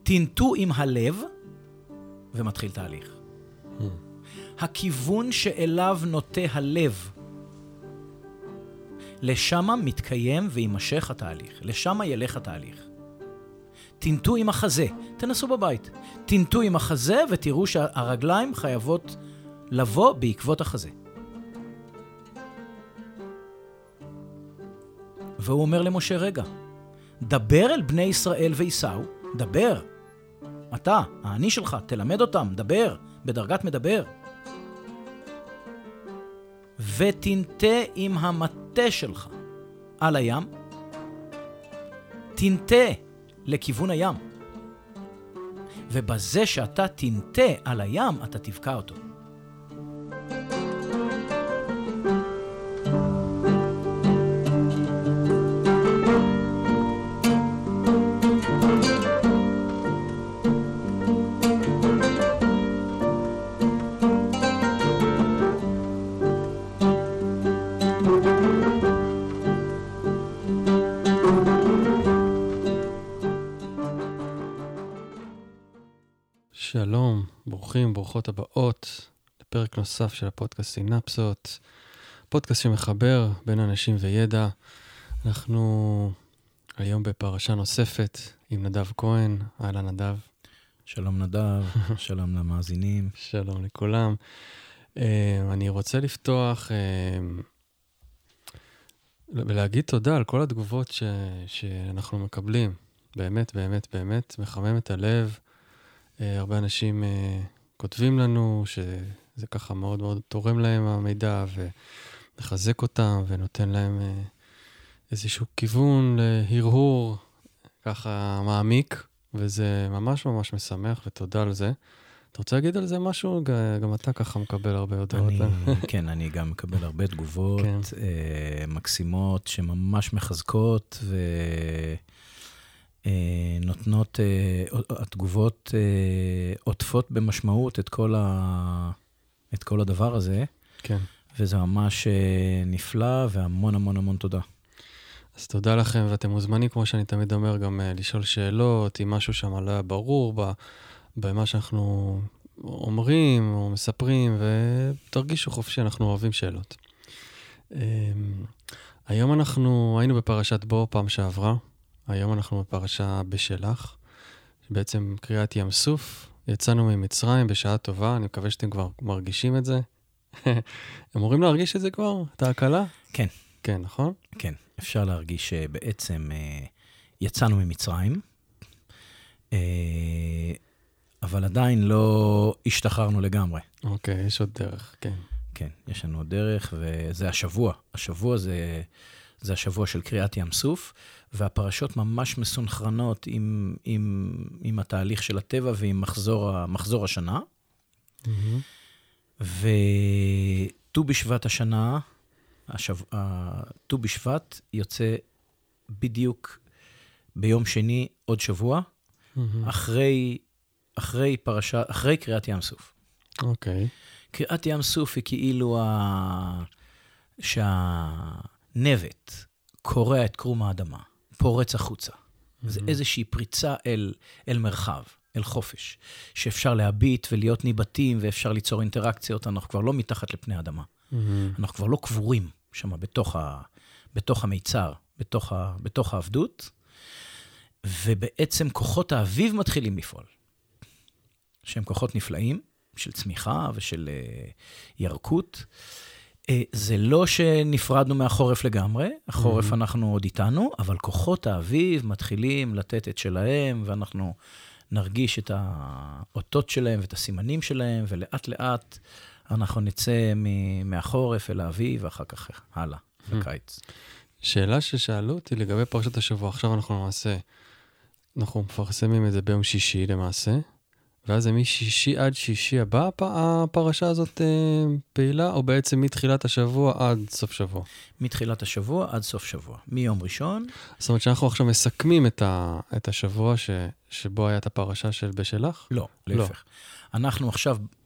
תינטו עם הלב, ומתחיל תהליך. הכיוון שאליו נוטה הלב, לשם מתקיים וימשך התהליך. לשם ילך התהליך. תינטו עם החזה, תנסו בבית. תינטו עם החזה ותראו שהרגליים חייבות לבוא בעקבות החזה. והוא אומר למשה, רגע, דבר אל בני ישראל ויסעו, דבר. אתה, האני שלך, תלמד אותם, דבר, בדרגת מדבר. ותינטה עם המטה שלך על הים, תינטה לכיוון הים. ובזה שאתה תינטה על הים, אתה תבקע אותו. שלום, ברוכים, ברוכות הבאות לפרק נוסף של הפודקאסט סינפסות, פודקאסט שמחבר בין אנשים וידע. אנחנו היום בפרשה נוספת עם נדב כהן. אהלן נדב. שלום נדב, שלום למאזינים. שלום לכולם. אני רוצה לפתוח ולהגיד תודה על כל התגובות שאנחנו מקבלים. באמת, באמת, באמת, מחמם את הלב. הרבה אנשים כותבים לנו שזה ככה מאוד מאוד תורם להם המידע ומחזק אותם ונותן להם איזשהו כיוון להרהור ככה מעמיק, וזה ממש ממש משמח ותודה על זה. אתה רוצה להגיד על זה משהו? גם אתה ככה מקבל הרבה הודעות. כן, אני גם מקבל הרבה תגובות מקסימות שממש מחזקות נותנות, התגובות עוטפות במשמעות את כל הדבר הזה. כן. וזה ממש נפלא, והמון המון המון תודה. אז תודה לכם, ואתם מוזמנים, כמו שאני תמיד אומר, גם לשאול שאלות, אם משהו שם לא היה ברור במה שאנחנו אומרים או מספרים, ותרגישו חופשי, אנחנו אוהבים שאלות. היום אנחנו היינו בפרשת בו פעם שעברה, היום אנחנו בפרשה בשלח, שבעצם קריאת ים סוף. יצאנו ממצרים בשעה טובה, אני מקווה שאתם כבר מרגישים את זה. אמורים להרגיש את זה כבר? את ההקלה? כן. כן, נכון? כן, אפשר להרגיש שבעצם יצאנו ממצרים, אבל עדיין לא השתחררנו לגמרי. אוקיי, יש עוד דרך, כן. כן, יש לנו עוד דרך, וזה השבוע. השבוע זה השבוע של קריאת ים סוף, והפרשות ממש מסונכרנות עם התהליך של הטבע ועם מחזור השנה. וט"ו בשבט השנה, ט"ו בשבט יוצא בדיוק ביום שני עוד שבוע, אחרי קריאת ים סוף. אוקיי. קריאת ים סוף היא כאילו שהנבט קורע את קרום האדמה, פורץ החוצה. זה איזושהי פריצה אל מרחב, אל חופש, שאפשר להביט ולהיות ניבטים, ואפשר ליצור אינטראקציות. אנחנו כבר לא מתחת לפני האדמה. אנחנו כבר לא קבורים שם בתוך המיצר, בתוך העבדות, ובעצם כוחות האביב מתחילים לפעול, שהם כוחות נפלאים, של צמיחה ושל ירקות. זה לא שנפרדנו מהחורף לגמרי, החורף אנחנו עוד איתנו, אבל כוחות האביב מתחילים לתת את שלהם, ואנחנו נרגיש את האותות שלהם ואת הסימנים שלהם, ולאט לאט אנחנו נצא מהחורף אל האביב, ואחר כך הלאה, לקיץ. שאלה ששאלו אותי לגבי פרשת השבוע, עכשיו אנחנו מפרסמים את זה ביום שישי למעשה, ואז זה משישי עד שישי הבא, הפרשה הזאת פעילה, או בעצם מתחילת השבוע עד סוף שבוע? מתחילת השבוע עד סוף שבוע, מיום ראשון. זאת אומרת שאנחנו עכשיו מסכמים את השבוע שבו היה את הפרשה של בשלח? לא, להפך. אנחנו עכשיו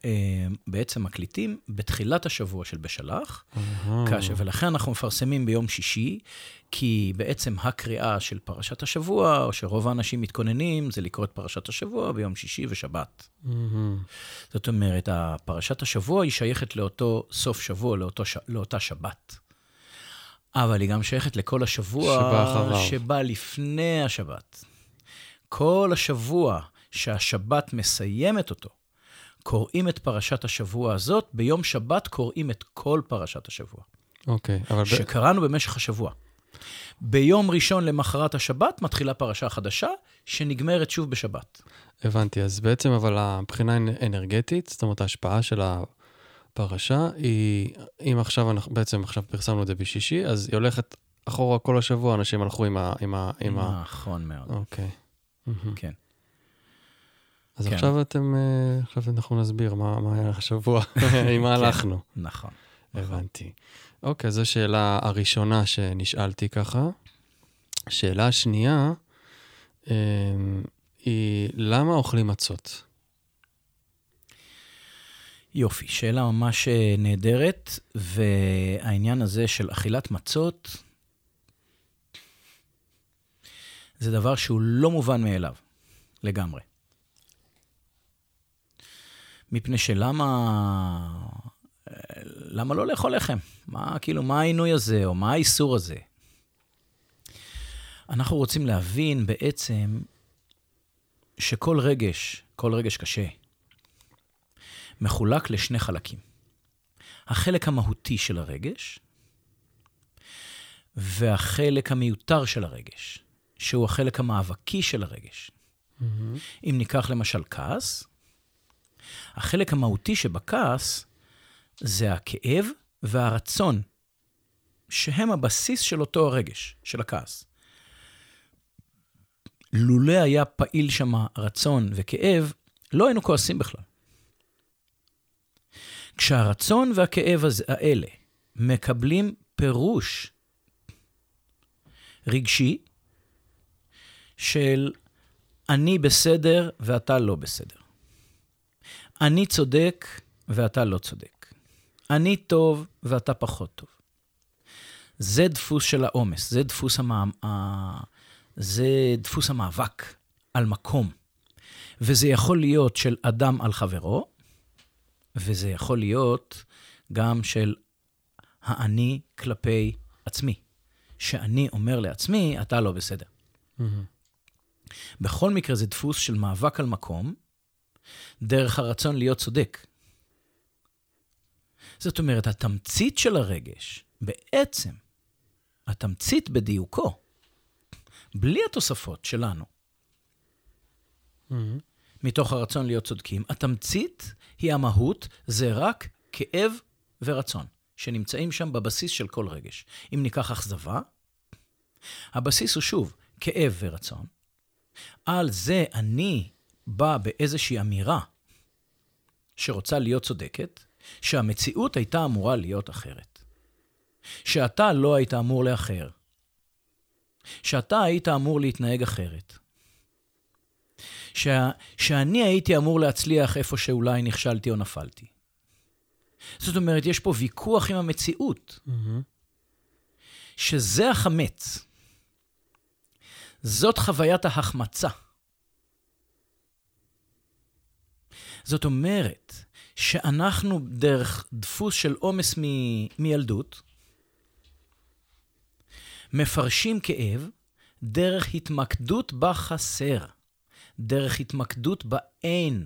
בעצם מקליטים בתחילת השבוע של בשלח, ולכן אנחנו מפרסמים ביום שישי, כי בעצם הקריאה של פרשת השבוע, או שרוב האנשים מתכוננים, זה לקרוא את פרשת השבוע ביום שישי ושבת. זאת אומרת, פרשת השבוע היא שייכת לאותו סוף שבוע, לאותה שבת. אבל היא גם שייכת לכל השבוע שבא לפני השבת. כל השבוע שהשבת מסיימת אותו, קוראים את פרשת השבוע הזאת, ביום שבת קוראים את כל פרשת השבוע. אוקיי. שקראנו במשך השבוע. ביום ראשון למחרת השבת מתחילה פרשה חדשה, שנגמרת שוב בשבת. הבנתי, אז בעצם אבל הבחינה אנרגטית, זאת אומרת ההשפעה של הפרשה, היא, אם עכשיו בעצם עכשיו פרסמנו את זה בשישי, אז היא הולכת אחורה כל השבוע, אנשים הלכו עם נכון מאוד. אוקיי. כן. אז עכשיו אנחנו נסביר מה היה השבוע, עם מה הלכנו. נכון. הבנתי. אוקיי, זו שאלה הראשונה שנשאלתי ככה. שאלה השנייה, היא למה אוכלים מצות? יופי, שאלה ממש נהדרת, והעניין הזה של אכילת מצות, זה דבר שהוא לא מובן מאליו, לגמרי. מפני שלמה לא לאכול לחם? מה העינוי הזה, או מה האיסור הזה? אנחנו רוצים להבין בעצם שכל רגש קשה, מחולק לשני חלקים. החלק המהותי של הרגש, והחלק המיותר של הרגש, שהוא החלק המאבקי של הרגש. אם ניקח למשל כעס, החלק המהותי שבכעס זה הכאב והרצון, שהם הבסיס של אותו הרגש, של הכעס. לולא היה פעיל שם רצון וכאב, לא היינו כועסים בכלל. כשהרצון והכאב האלה מקבלים פירוש רגשי של אני בסדר ואתה לא בסדר. אני צודק ואתה לא צודק. אני טוב ואתה פחות טוב. זה דפוס של העומס, זה דפוס המאבק על מקום. וזה יכול להיות של אדם על חברו, וזה יכול להיות גם של האני כלפי עצמי. שאני אומר לעצמי, אתה לא בסדר. בכל מקרה זה דפוס של מאבק על מקום, דרך הרצון להיות צודק. זאת אומרת, התמצית של הרגש, בעצם, התמצית בדיוקו, בלי התוספות שלנו, מתוך הרצון להיות צודקים, התמצית היא המהות, זה רק כאב ורצון, שנמצאים שם בבסיס של כל רגש. אם ניקח אכזבה, הבסיס הוא שוב כאב ורצון. על זה אני בא באיזושהי אמירה שרוצה להיות צודקת, שהמציאות הייתה אמורה להיות אחרת. שאתה לא היית אמור לאחר. שאתה היית אמור להתנהג אחרת. שאני הייתי אמור להצליח איפה שאולי נכשלתי או נפלתי. זאת אומרת, יש פה ויכוח עם המציאות. שזה החמץ. זאת חוויית ההחמצה. זאת אומרת, שאנחנו דרך דפוס של עומס מילדות, מפרשים כאב דרך התמקדות בחסר, דרך התמקדות באין,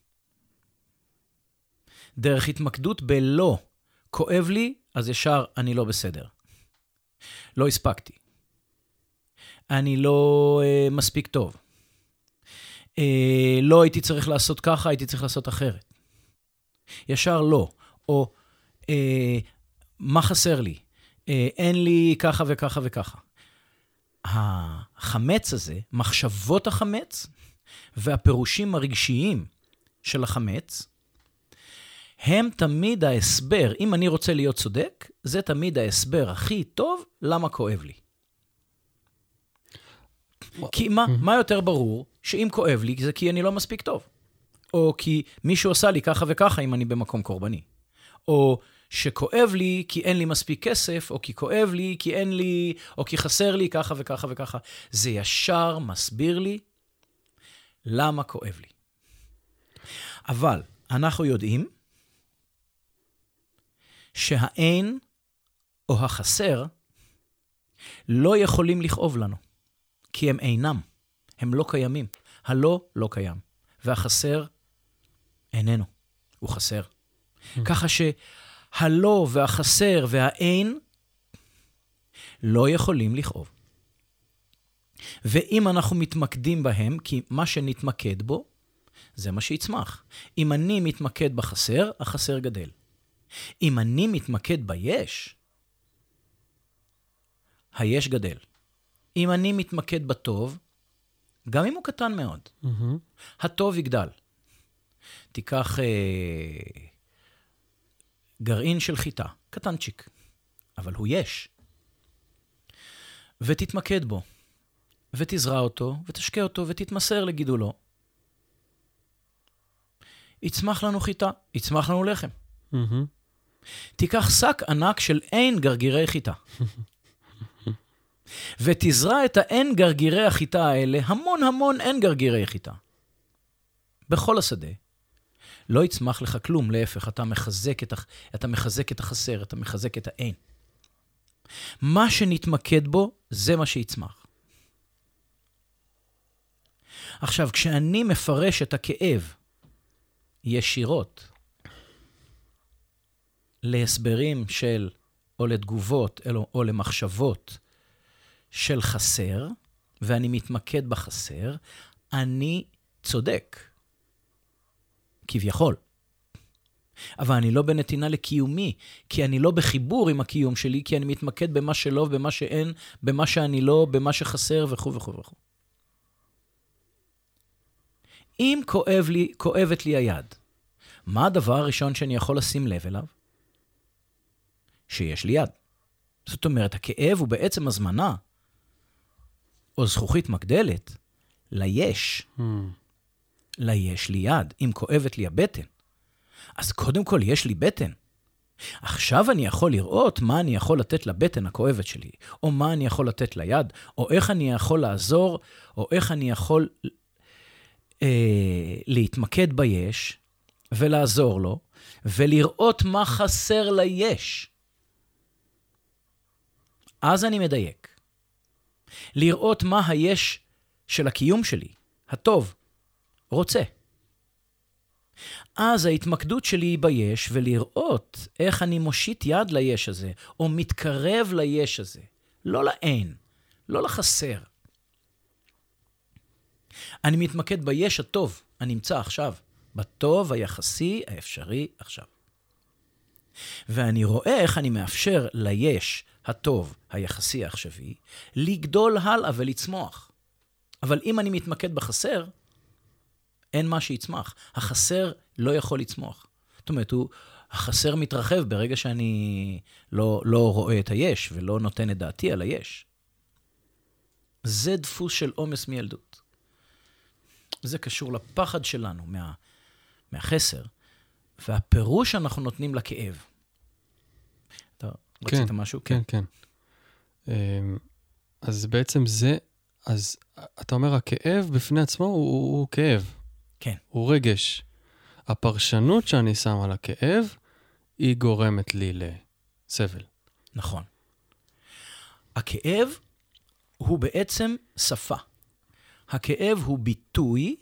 דרך התמקדות בלא. כואב לי, אז ישר אני לא בסדר. לא הספקתי. אני לא מספיק טוב. לא הייתי צריך לעשות ככה, הייתי צריך לעשות אחרת. ישר לא. או מה חסר לי? אין לי ככה וככה וככה. החמץ הזה, מחשבות החמץ, והפירושים הרגשיים של החמץ, הם תמיד ההסבר, אם אני רוצה להיות צודק, זה תמיד ההסבר הכי טוב למה כואב לי. כי מה יותר ברור שאם כואב לי, זה כי אני לא מספיק טוב. או כי מישהו עשה לי ככה וככה אם אני במקום קורבני. או שכואב לי כי אין לי מספיק כסף, או כי כואב לי כי אין לי, או כי חסר לי ככה וככה וככה. זה ישר מסביר לי למה כואב לי. אבל אנחנו יודעים שהאין או החסר לא יכולים לכאוב לנו, כי הם אינם, הם לא קיימים. הלא לא קיים, והחסר איננו, הוא חסר. ככה שהלא והחסר והאין לא יכולים לכאוב. ואם אנחנו מתמקדים בהם, כי מה שנתמקד בו, זה מה שיצמח. אם אני מתמקד בחסר, החסר גדל. אם אני מתמקד ביש, היש גדל. אם אני מתמקד בטוב, גם אם הוא קטן מאוד, הטוב יגדל. תיקח גרעין של חיטה, קטנצ'יק, אבל הוא יש. ותתמקד בו, ותזרע אותו, ותשקה אותו, ותתמסר לגידולו. יצמח לנו חיטה, יצמח לנו לחם. תיקח שק ענק של אין גרגירי חיטה. ותזרע את האין גרגירי החיטה האלה, המון המון אין גרגירי חיטה. בכל השדה. לא יצמח לך כלום, להפך, אתה מחזק את החסר, אתה מחזק את האין. מה שנתמקד בו, זה מה שיצמח. עכשיו, כשאני מפרש את הכאב ישירות להסברים של, או לתגובות, או למחשבות של חסר, ואני מתמקד בחסר, אני צודק. כביכול. אבל אני לא בנתינה לקיומי, כי אני לא בחיבור עם הקיום שלי, כי אני מתמקד במה שלא, במה שאין, במה שאני לא, במה שחסר וכו' וכו' וכו'. אם כואבת לי היד, מה הדבר הראשון שאני יכול לשים לב אליו? שיש לי יד. זאת אומרת, הכאב הוא בעצם הזמנה, או זכוכית מגדלת, ליש. ליש לי יד. אם כואבת לי הבטן, אז קודם כל יש לי בטן. עכשיו אני יכול לראות מה אני יכול לתת לבטן הכואבת שלי, או מה אני יכול לתת ליד, או איך אני יכול לעזור, או איך אני יכול להתמקד ביש, ולעזור לו, ולראות מה חסר ליש. אז אני מדייק. לראות מה היש של הקיום שלי, הטוב, רוצה. אז ההתמקדות שלי היא ביש, ולראות איך אני מושיט יד ליש הזה, או מתקרב ליש הזה. לא לאין, לא לחסר. אני מתמקד ביש הטוב, הנמצא עכשיו, בטוב היחסי האפשרי עכשיו. ואני רואה איך אני מאפשר ליש הטוב היחסי העכשווי, לגדול הלאה ולצמוח. אבל אם אני מתמקד בחסר, אין מה שיצמח. החסר לא יכול לצמוח. זאת אומרת, החסר מתרחב ברגע שאני לא רואה את היש, ולא נותן את דעתי על היש. זה דפוס של עומס מילדות. זה קשור לפחד שלנו מהחסר, והפירוש שאנחנו נותנים לכאב. אתה רצית משהו? כן, כן. אז בעצם זה, אז אתה אומר, הכאב בפני עצמו הוא כאב. כן. הוא רגש. הפרשנות שאני שם על הכאב, היא גורמת לי לסבל. נכון. הכאב הוא בעצם שפה. הכאב הוא ביטוי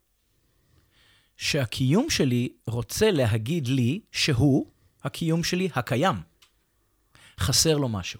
שהקיום שלי רוצה להגיד לי שהוא הקיום שלי הקיים. חסר לו משהו.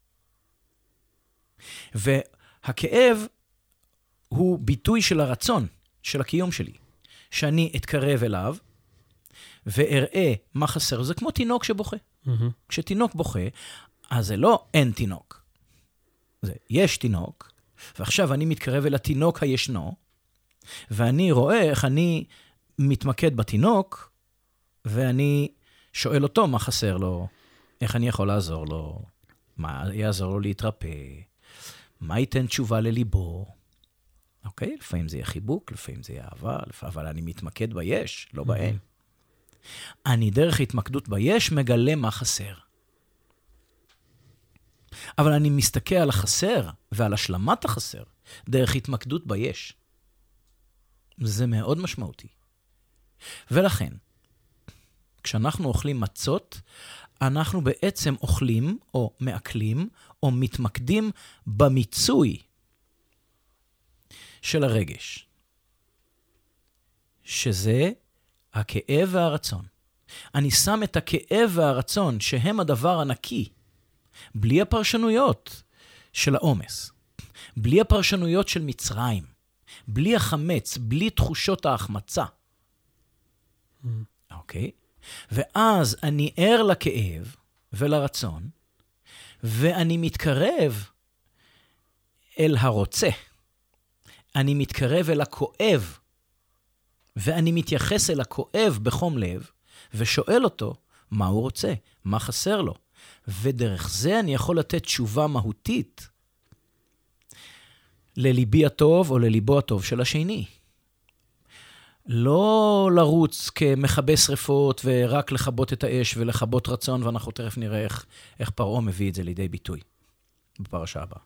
והכאב הוא ביטוי של הרצון של הקיום שלי. שאני אתקרב אליו ואראה מה חסר. זה כמו תינוק שבוכה. כשתינוק בוכה, אז זה לא אין תינוק. זה יש תינוק, ועכשיו אני מתקרב אל התינוק הישנו, ואני רואה איך אני מתמקד בתינוק, ואני שואל אותו מה חסר לו, איך אני יכול לעזור לו, מה יעזור לו להתרפא, מה ייתן תשובה לליבו. אוקיי? לפעמים זה יהיה חיבוק, לפעמים זה יהיה אהבה, אבל אני מתמקד ביש, לא באין. אני דרך התמקדות ביש מגלה מה חסר. אבל אני מסתכל על החסר ועל השלמת החסר דרך התמקדות ביש. זה מאוד משמעותי. ולכן, כשאנחנו אוכלים מצות, אנחנו בעצם אוכלים או מעכלים או מתמקדים במיצוי של הרגש, שזה הכאב והרצון. אני שם את הכאב והרצון, שהם הדבר הנקי, בלי הפרשנויות של העומס, בלי הפרשנויות של מצרים, בלי החמץ, בלי תחושות ההחמצה. אוקיי? ואז אני ער לכאב ולרצון, ואני מתקרב אל הרוצה. אני מתקרב אל הכואב, ואני מתייחס אל הכואב בחום לב, ושואל אותו מה הוא רוצה, מה חסר לו. ודרך זה אני יכול לתת תשובה מהותית לליבי הטוב או לליבו הטוב של השני. לא לרוץ כמכבה שריפות ורק לכבות את האש ולכבות רצון, ואנחנו תכף נראה איך פרעה מביא את זה לידי ביטוי בפרשה הבאה.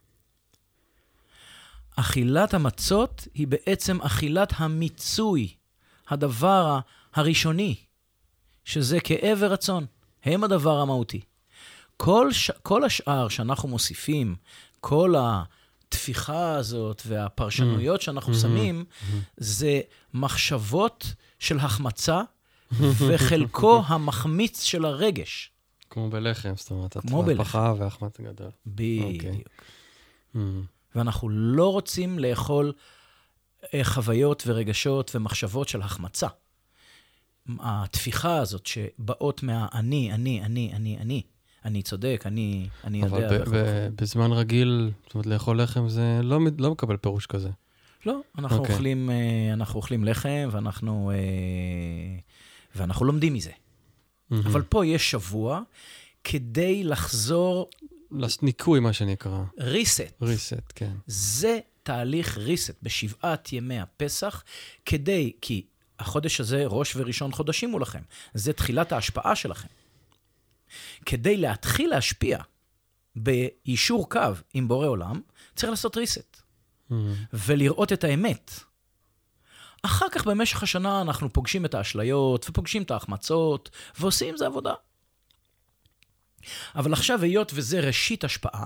אכילת המצות היא בעצם אכילת המיצוי, הדבר הראשוני, שזה כאב ורצון, הם הדבר המהותי. כל השאר שאנחנו מוסיפים, כל התפיחה הזאת והפרשנויות שאנחנו שמים, זה מחשבות של החמצה, וחלקו המחמיץ של הרגש. כמו בלחם, זאת אומרת, התפחה והחמצה גדול. בדיוק. ואנחנו לא רוצים לאכול חוויות ורגשות ומחשבות של החמצה. התפיחה הזאת שבאות מהאני, אני צודק, אני יודע. אבל בזמן רגיל, זאת אומרת, לאכול לחם זה לא מקבל פירוש כזה. לא, אנחנו אוכלים לחם ואנחנו לומדים מזה. אבל פה יש שבוע כדי לחזור... ניקוי, מה שנקרא. ריסט, כן. זה תהליך ריסט בשבעת ימי הפסח, כי החודש הזה, ראש וראשון חודשים הוא לכם. זה תחילת ההשפעה שלכם. כדי להתחיל להשפיע ביישור קו עם בורא עולם, צריך לעשות ריסט. ולראות את האמת. אחר כך במשך השנה אנחנו פוגשים את האשליות, ופוגשים את ההחמצות, ועושים זה עבודה. אבל עכשיו היות וזה ראשית השפעה,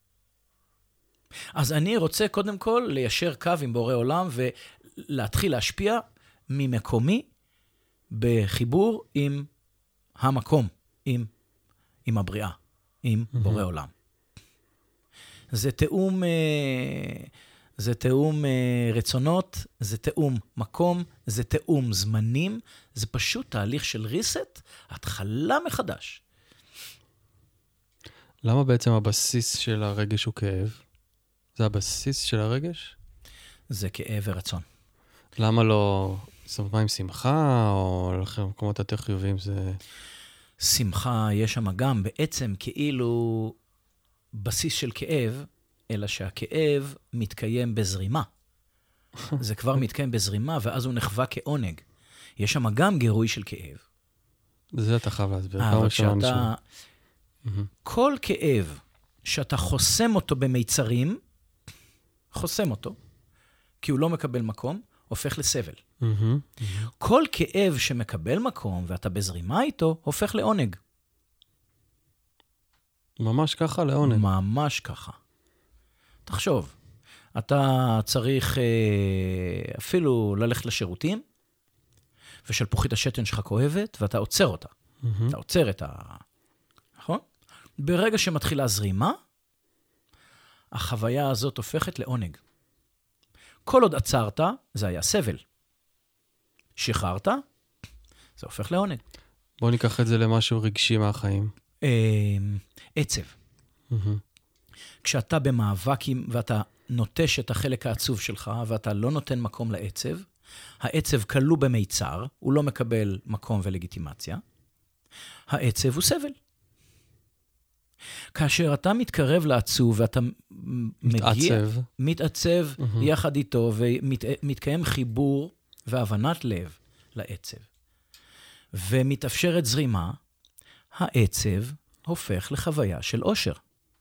אז אני רוצה קודם כל ליישר קו עם בורא עולם, ולהתחיל להשפיע ממקומי בחיבור עם המקום, עם הבריאה, עם בורא עולם. זה תאום רצונות, זה תאום מקום, זה תאום זמנים, זה פשוט תהליך של ריסט, התחלה מחדש. למה בעצם הבסיס של הרגש הוא כאב? זה הבסיס של הרגש? זה כאב ורצון. למה לא, זאת אומרת, מה עם שמחה, או לכם מקומות יותר חיוביים זה... שמחה יש שם גם בעצם כאילו בסיס של כאב, אלא שהכאב מתקיים בזרימה. זה כבר מתקיים בזרימה, ואז הוא נחווה כעונג. יש שם גם גירוי של כאב. זה אתה חייב להסביר. אבל שאתה... כל כאב שאתה חוסם אותו במיצרים, חוסם אותו, כי הוא לא מקבל מקום, הופך לסבל. כל כאב שמקבל מקום, ואתה בזרימה איתו, הופך לעונג. ממש ככה לעונג. ממש ככה. תחשוב, אתה צריך אפילו ללכת לשירותים, ושלפוחית השתן שלך כואבת, ואתה עוצר אותה. אתה עוצר את נכון? ברגע שמתחילה זרימה, החוויה הזאת הופכת לעונג. כל עוד עצרת, זה היה סבל. שחררת, זה הופך לעונג. בוא ניקח את זה למשהו רגשי מהחיים. עצב. כשאתה במאבק ואתה נוטש את החלק העצוב שלך, ואתה לא נותן מקום לעצב, העצב כלוא במיצר, הוא לא מקבל מקום ולגיטימציה, העצב הוא סבל. כאשר אתה מתקרב לעצוב ואתה מתעצב יחד איתו, ומתקיים חיבור והבנת לב לעצב, ומתאפשרת זרימה, העצב הופך לחוויה של אושר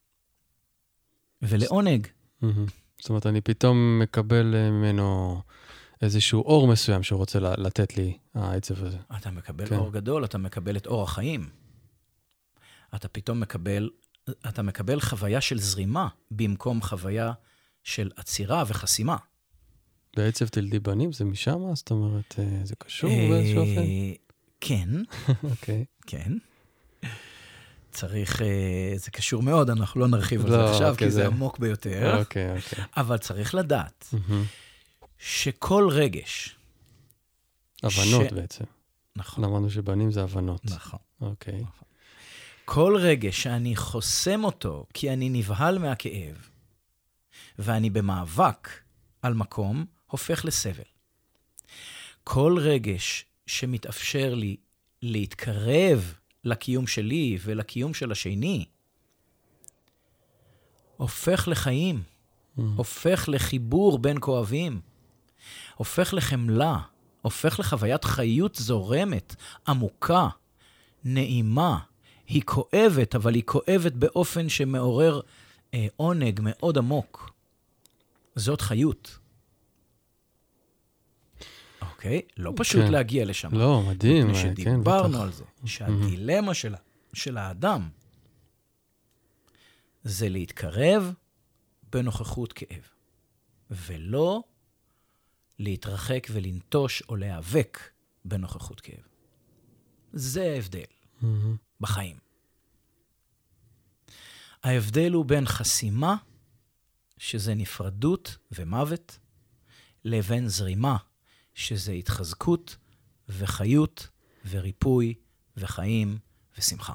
ולעונג. זאת אומרת, אני פתאום מקבל ממנו איזשהו אור מסוים שהוא רוצה לתת לי, העצב הזה. אתה מקבל אור גדול, אתה מקבל את אור החיים. אתה פתאום מקבל חוויה של זרימה, במקום חוויה של עצירה וחסימה. בעצב תלדי בנים, זה משם? זאת אומרת, זה קשור באיזשהו אופן? כן. אוקיי. כן. צריך, זה קשור מאוד, אנחנו לא נרחיב על זה עכשיו, כי זה עמוק ביותר. אוקיי. אבל צריך לדעת שכל רגש... הבנות בעצם. נכון. אמרנו שבנים זה הבנות. נכון. אוקיי. כל רגש שאני חוסם אותו, כי אני נבהל מהכאב, ואני במאבק על מקום, הופך לסבל. כל רגש שמתאפשר לי להתקרב לקיום שלי ולקיום של השני, הופך לחיים, הופך לחיבור בין כואבים, הופך לחמלה, הופך לחוויית חיות זורמת, עמוקה, נעימה. היא כואבת, אבל היא כואבת באופן שמעורר עונג מאוד עמוק. זאת חיות. אוקיי? לא פשוט להגיע לשם. לא, מדהים. שדיברנו על זה, שהדילמה של האדם זה להתקרב בנוכחות כאב, ולא להתרחק ולנטוש או להיאבק בנוכחות כאב. זה ההבדל בחיים. ההבדל הוא בין חסימה, שזה נפרדות ומוות, לבין זרימה, שזה התחזקות וחיות וריפוי וחיים ושמחה.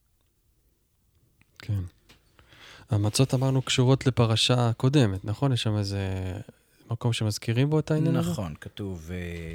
כן. המצות אמרנו קשורות לפרשה קודמת, נכון? יש שם איזה מקום שמזכירים בו את העניין הזה? נכון, כתוב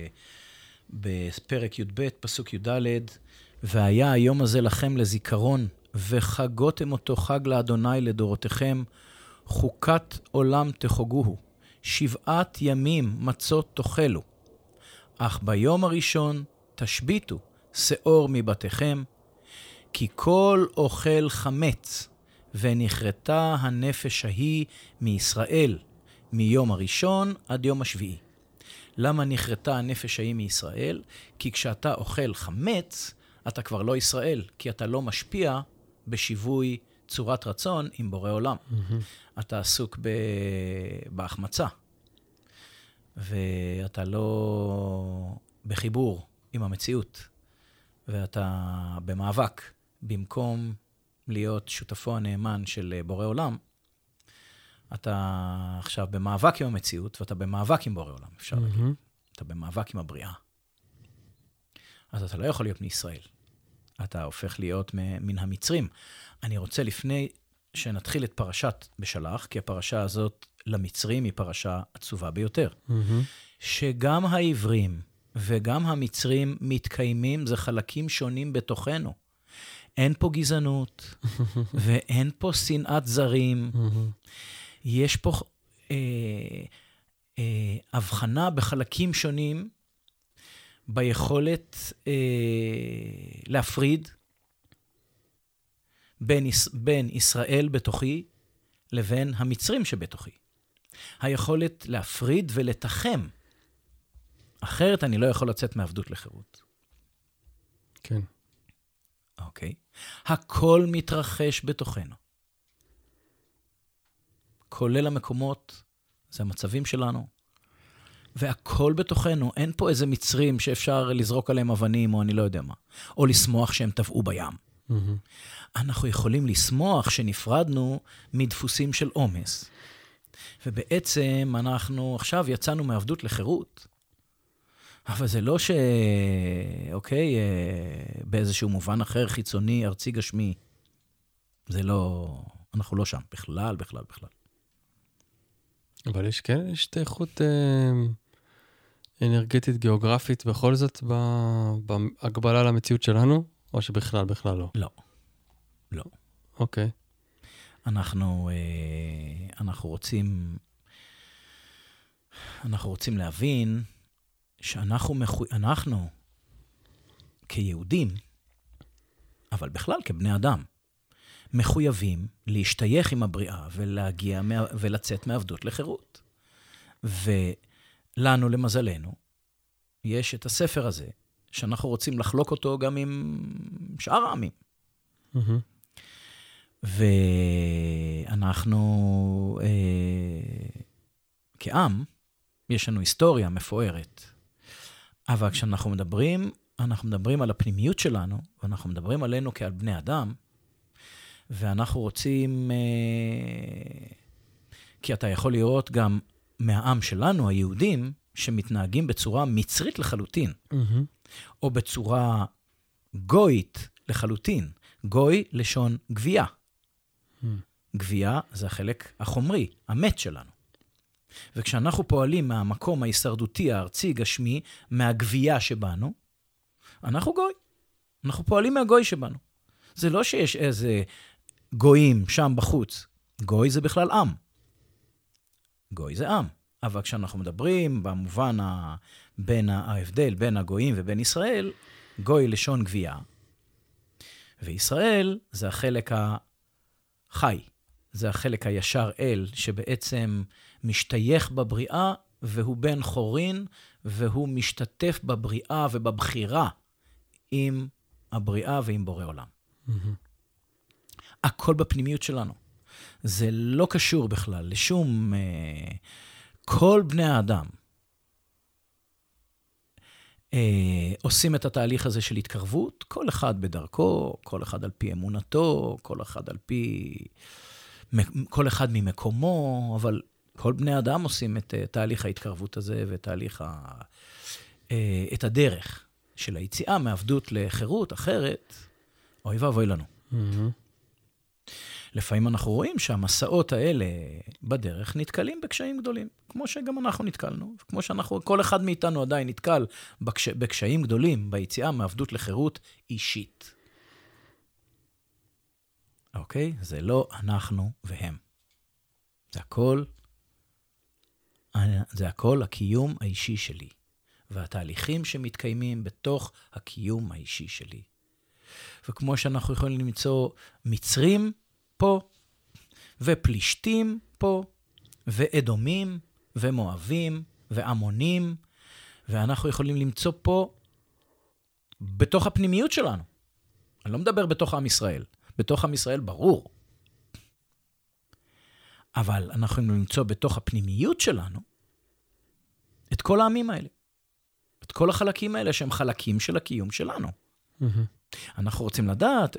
בפרק י"ב, פסוק י"ד, והיה היום הזה לכם לזיכרון, וחגותם אותו חג לאדוני לדורותיכם, חוקת עולם תחוגוהו, 7 ימים מצות תאכלו, אך ביום הראשון תשביתו שאור מבתיכם, כי כל אוכל חמץ, ונכרתה הנפש ההיא מישראל, מיום הראשון עד יום השביעי. למה נכרתה הנפש ההיא מישראל? כי כשאתה אוכל חמץ, אתה כבר לא ישראל, כי אתה לא משפיע בשיווי צורת רצון עם בורא עולם. אתה עסוק בהחמצה, ואתה לא בחיבור עם המציאות, ואתה במאבק, במקום להיות שותפו הנאמן של בורא עולם, אתה עכשיו במאבק עם המציאות, ואתה במאבק עם בורא עולם, אפשר להגיד. אתה במאבק עם הבריאה. אז אתה לא יכול להיות מישראל. אתה הופך להיות מן המצרים. אני רוצה לפני שנתחיל את פרשת בשלח, כי הפרשה הזאת למצרים היא פרשה עצובה ביותר. שגם העברים וגם המצרים מתקיימים, זה חלקים שונים בתוכנו. אין פה גזענות, ואין פה שנאת זרים. יש פה הבחנה בחלקים שונים, ביכולת להפריד בין ישראל בתוכי לבין המצרים שבתוכי. היכולת להפריד ולתחם. אחרת אני לא יכול לצאת מעבדות לחירות. כן. אוקיי. הכל מתרחש בתוכנו. כולל המקומות, זה המצבים שלנו. והכל בתוכנו, אין פה איזה מצרים שאפשר לזרוק עליהם אבנים, או אני לא יודע מה. או לשמוח שהם טבעו בים. אנחנו יכולים לשמוח שנפרדנו מדפוסים של אומס. ובעצם אנחנו עכשיו יצאנו מעבדות לחירות. אבל זה לא אוקיי, באיזשהו מובן אחר, חיצוני, ארצי גשמי. זה לא, אנחנו לא שם, בכלל. אבל יש השתייכות אנרגטית, גיאוגרפית, בכל זאת, בהגבלה למציאות שלנו? או שבכלל לא? לא. אוקיי. אנחנו רוצים להבין שאנחנו כיהודים, אבל בכלל כבני אדם, מחויבים להשתייך עם הבריאה ולהגיע ולצאת מעבדות לחירות. ולנו, למזלנו, יש את הספר הזה, שאנחנו רוצים לחלוק אותו גם עם שאר העמים. ואנחנו, כעם, יש לנו היסטוריה מפוארת. אבל כשאנחנו מדברים, אנחנו מדברים על הפנימיות שלנו, ואנחנו מדברים עלינו כעל בני אדם, ואנחנו רוצים, כי אתה יכול לראות גם מהעם שלנו, היהודים, שמתנהגים בצורה מצרית לחלוטין, או בצורה גוית לחלוטין. גוי לשון גבייה. גבייה זה החלק החומרי, המת שלנו. וכשאנחנו פועלים מהמקום ההישרדותי, הארצי, גשמי, מהגבייה שבנו, אנחנו גוי. אנחנו פועלים מהגוי שבנו. זה לא שיש איזה גויים שם בחוץ. גוי זה בכלל עם. גוי זה עם. אבל כשאנחנו מדברים במובן ההבדל בין הגויים ובין ישראל, גוי לשון גבייה. וישראל זה החלק החי. זה החלק הישר אל, שבעצם משתייך בבריאה, והוא בן חורין, והוא משתתף בבריאה ובבחירה עם הבריאה ועם בורא עולם. הכל בפנימיות שלנו. זה לא קשור בכלל לשום... כל בני האדם עושים את התהליך הזה של התקרבות, כל אחד בדרכו, כל אחד על פי אמונתו, כל אחד ממקומו, אבל כל בני האדם עושים את תהליך ההתקרבות הזה ותהליך את הדרך של היציאה מעבדות לחירות, אחרת, אוי ואבוי לנו. לפעמים אנחנו רואים שהמסעות האלה בדרך נתקלים בקשיים גדולים, כמו שגם אנחנו נתקלנו, וכמו כל אחד מאיתנו עדיין נתקל בקשיים גדולים ביציאה מעבדות לחירות אישית. אוקיי? זה לא אנחנו והם. זה הכל הקיום האישי שלי, והתהליכים שמתקיימים בתוך הקיום האישי שלי. וכמו שאנחנו יכולים למצוא מצרים פה, ופלישתים פה, ואדומים, ומואבים, ועמונים, ואנחנו יכולים למצוא פה, בתוך הפנימיות שלנו. אני לא מדבר בתוך עם ישראל. בתוך עם ישראל ברור. אבל אנחנו יכולים למצוא בתוך הפנימיות שלנו, את כל העמים האלה. את כל החלקים האלה שהם חלקים של הקיום שלנו. אנחנו רוצים לדעת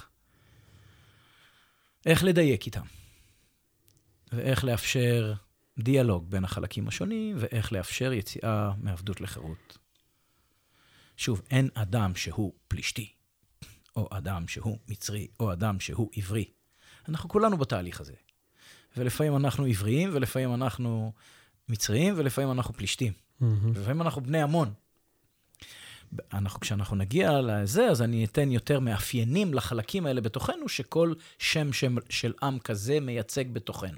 איך לדייק איתם. ואיך לאפשר דיאלוג בין החלקים השונים, ואיך לאפשר יציאה מעבדות לחירות. שוב, אין אדם שהוא פלישתי, או אדם שהוא מצרי, או אדם שהוא עברי. אנחנו כולנו בתהליך הזה. ולפעמים אנחנו עבריים, ולפעמים אנחנו מצריים, ולפעמים אנחנו פלישתים. ולפעמים אנחנו בני המון. כשאנחנו נגיע לזה, אז אני אתן יותר מאפיינים לחלקים האלה בתוכנו, שכל שם של עם כזה מייצג בתוכנו.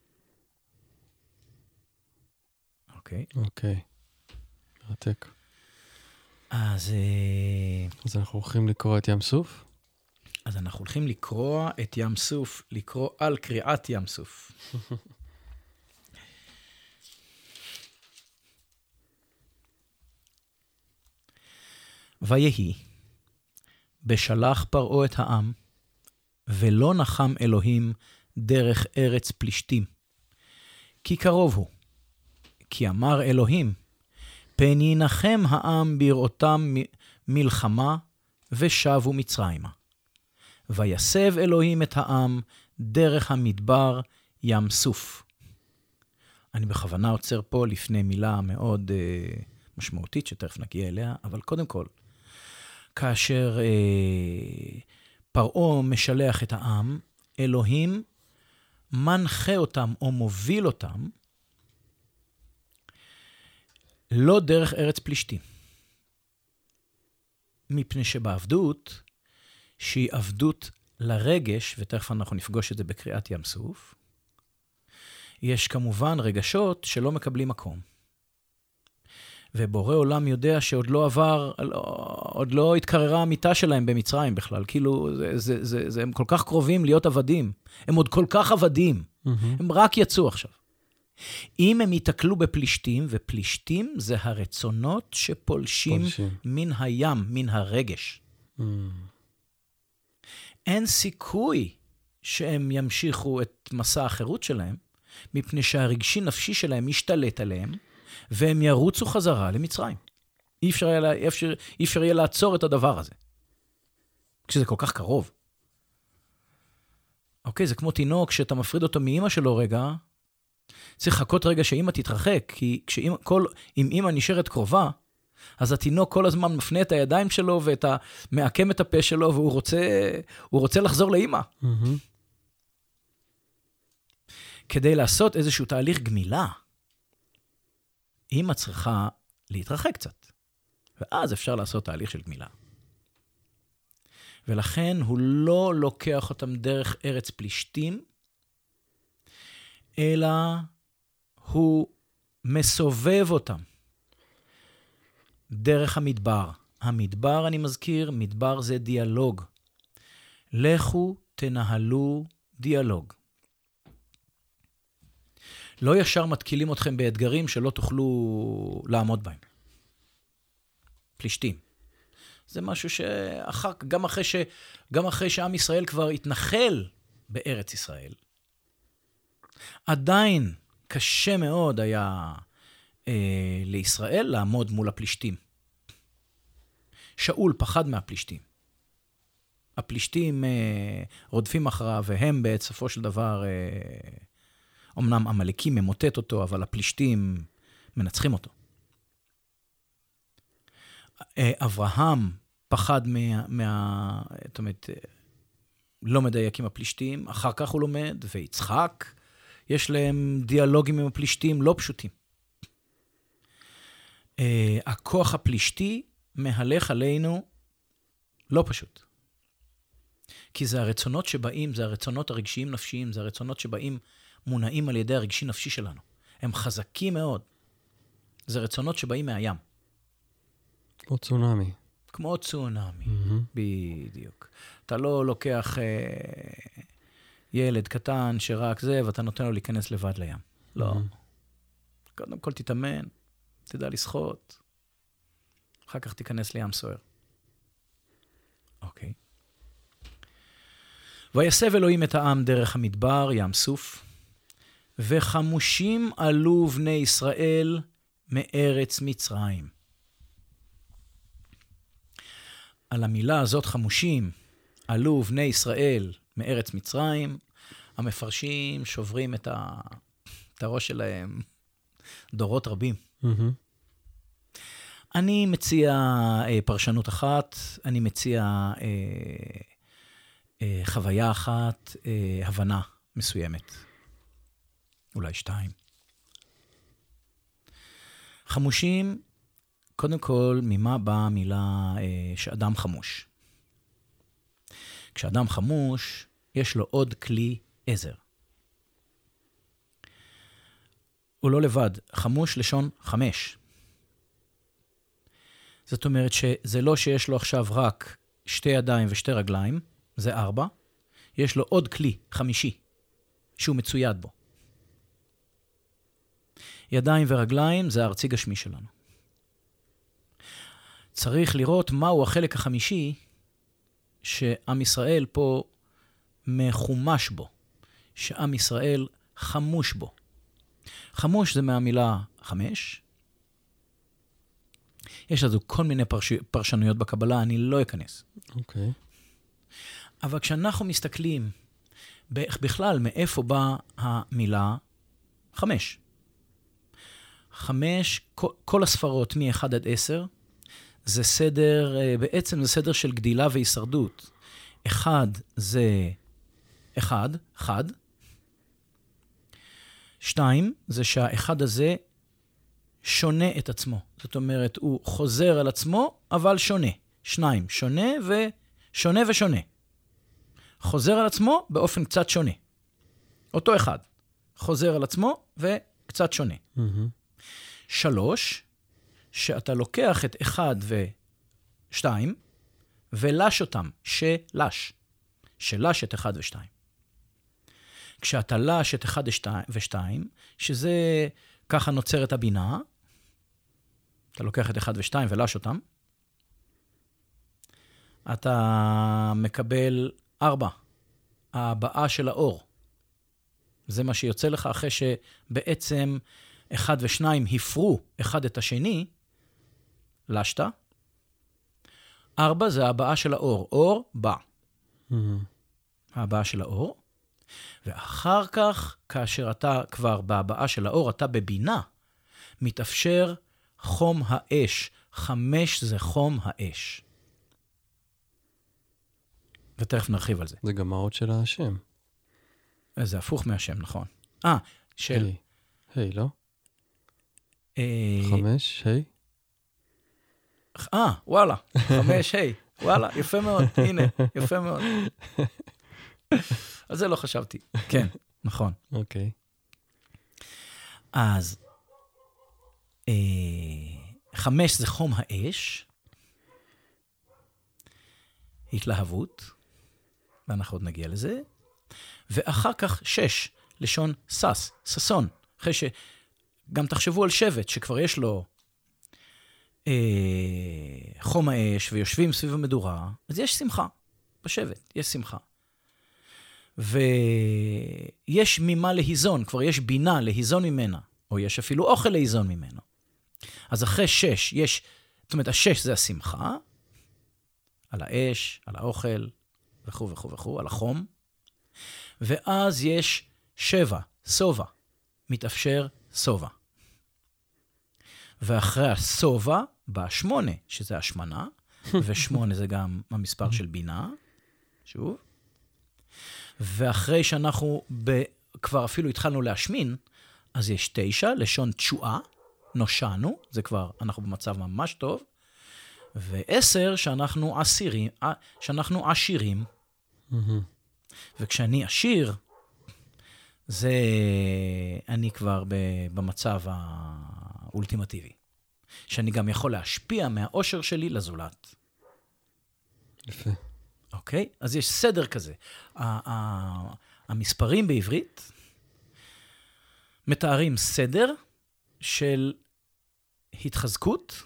אוקיי? אוקיי. מרתק. אז אנחנו הולכים לקרוא את ים סוף? אז אנחנו הולכים לקרוא את ים סוף, לקרוא על קריאת ים סוף. ויהי, בשלח פרעה את העם, ולא נחם אלוהים דרך ארץ פלישתים. כי קרוב הוא, כי אמר אלוהים, פן ינחם העם בראותם מלחמה, ושבו מצרימה. ויסב אלוהים את העם דרך המדבר ים סוף. אני בכוונה עוצר פה לפני מילה מאוד משמעותית, שתכף נגיע אליה, אבל קודם כל, כאשר פרעה משלח את העם, אלוהים מנחה אותם או מוביל אותם, לא דרך ארץ פלישתים. מפני שבעבדות, שהיא עבדות לרגש, ותכף אנחנו נפגוש את זה בקריאת ים סוף, יש כמובן רגשות שלא מקבלים מקום. ובורא עולם יודע שעוד לא עבר, עוד לא התקררה המיטה שלהם במצרים בכלל. כאילו, הם כל כך קרובים להיות עבדים. הם עוד כל כך עבדים. הם רק יצאו עכשיו. אם הם יתקלו בפלישתים, ופלישתים זה הרצונות שפולשים מן הים, מן הרגש. אין סיכוי שהם ימשיכו את מסע החירות שלהם, מפני שהרגשי נפשי שלהם משתלט עליהם, והם ירוצו חזרה למצרים. אי אפשר יהיה לעצור את הדבר הזה. כשזה כל כך קרוב. אוקיי, זה כמו תינוק שאתה מפריד אותו מאמא שלו רגע, צריך לחכות רגע שאמא תתרחק, כי אם אמא נשארת קרובה, אז התינוק כל הזמן מפנה את הידיים שלו, מעקם את הפה שלו, והוא רוצה לחזור לאמא. כדי לעשות איזשהו תהליך גמילה, אמא צריכה להתרחק קצת. ואז אפשר לעשות תהליך של גמילה. ולכן הוא לא לוקח אותם דרך ארץ פלישתים, אלא הוא מסובב אותם דרך המדבר. המדבר, אני מזכיר, מדבר זה דיאלוג. לכו תנהלו דיאלוג. לא ישר מתקילים אתכם באתגרים שלא תוכלו לעמוד בהם. פלישתים. זה משהו גם אחרי שעם ישראל כבר התנחל בארץ ישראל, עדיין קשה מאוד היה לישראל לעמוד מול הפלישתים. שאול פחד מהפלישתים. הפלישתים רודפים אחריו, והם בסופו של דבר, אמנם המלאקים ממוטט אותו, אבל הפלישתים מנצחים אותו. אברהם פחד זאת אומרת, לא מדייק עם הפלישתים, אחר כך הוא לומד, ויצחק, יש להם דיאלוגים עם הפלישתים לא פשוטים. הכוח הפלישתי מהלך עלינו לא פשוט. כי זה הרצונות שבאים, זה הרצונות הרגשיים נפשיים, זה הרצונות שבאים מונעים על ידי הרגשי נפשי שלנו. הם חזקים מאוד. זה רצונות שבאים מהים. כמו צונאמי. כמו צונאמי, בדיוק. אתה לא לוקח ילד קטן שרק זה, ואתה נותן לו להיכנס לבד לים. לא. קודם כל תתאמן, תדע לשחות, אחר כך תיכנס לים סוער. אוקיי. ויסב אלוהים את העם דרך המדבר, ים סוף, וחמושים עלו בני ישראל מארץ מצרים. על המילה הזאת חמושים, עלו בני ישראל מארץ מצרים, המפרשים שוברים את הראש שלהם דורות רבים. אני מציע פרשנות אחת, אני מציע חוויה אחת, הבנה מסוימת. אולי 2. חמושים, קודם כל, ממה באה המילה שאדם חמוש? כשאדם חמוש, יש לו עוד כלי עזר. הוא לא לבד, חמוש לשון 5. זאת אומרת שזה לא שיש לו עכשיו רק 2 ידיים ו2 רגליים, זה 4. יש לו עוד כלי, 5, שהוא מצויד בו. ידיים ורגליים זה הארצי גשמי שלנו. צריך לראות מהו החלק החמישי שעם ישראל פה מחומש בו, שעם ישראל חמוש בו. חמוש זה מהמילה 5. יש לזה כל מיני פרשנויות בקבלה, אני לא אכנס. אוקיי. אבל כשאנחנו מסתכלים בכלל מאיפה באה המילה 5. 5, כל הספרות מ-1 עד 10, זה סדר, בעצם זה סדר של גדילה והישרדות. 1 זה 1, חד. 2 זה שהאחד הזה שונה את עצמו. זאת אומרת, הוא חוזר על עצמו, אבל שונה. 2, שונה ושונה. חוזר על עצמו באופן קצת שונה. אותו אחד. חוזר על עצמו וקצת שונה. 3, שאתה לוקח את 1 ו-2, ולש אותם, שלש את 1 ו-2. כשאתה לש את 1 ו-2, שזה ככה נוצרת הבינה, אתה לוקח את 1 ו-2 ולש אותם, אתה מקבל 4, ההבעה של האור. זה מה שיוצא לך אחרי שבעצם 1 ו-2 הפרו אחד את השני, לשת. 4 זה ההבעה של האור. אור בא. ההבעה של האור. ואחר כך, כאשר אתה כבר בהבעה של האור, אתה בבינה, מתאפשר חום האש. 5 זה חום האש. ותכף נרחיב על זה. זה גם האות של השם. זה הפוך מהשם, נכון. של... היי, לא? 5, היי? וואלה, 5, היי. וואלה, יפה מאוד, הנה, יפה מאוד. על זה לא חשבתי. כן, נכון. אוקיי. אז 5 זה חום האש, התלהבות, ואנחנו עוד נגיע לזה, ואחר כך 6, לשון סס, ססון, אחרי שגם תחשבו על שבט, שכבר יש לו חום האש, ויושבים סביב המדורה, אז יש שמחה בשבט, יש שמחה. ויש ממה להיזון, כבר יש בינה להיזון ממנה, או יש אפילו אוכל להיזון ממנו. אז אחרי 6 יש, זאת אומרת, 6 זה השמחה, על האש, על האוכל, וכו' וכו' וכו', על החום. ואז יש 7, סובה, מתאפשר סובה. ואחרי הסובה, בא 8, שזה השמנה, ו8 זה גם המספר של בינה, שוב. ואחרי שאנחנו כבר אפילו התחלנו להשמין, אז יש 9, לשון תשועה, נושענו, זה כבר, אנחנו במצב ממש טוב, ו10, שאנחנו עשירים. וכשאני עשיר, זה אני כבר במצב האולטימטיבי. שאני גם יכול להשפיע מהאושר שלי לזולת. יפה. אוקיי? אז יש סדר כזה. המספרים בעברית מתארים סדר של התחזקות,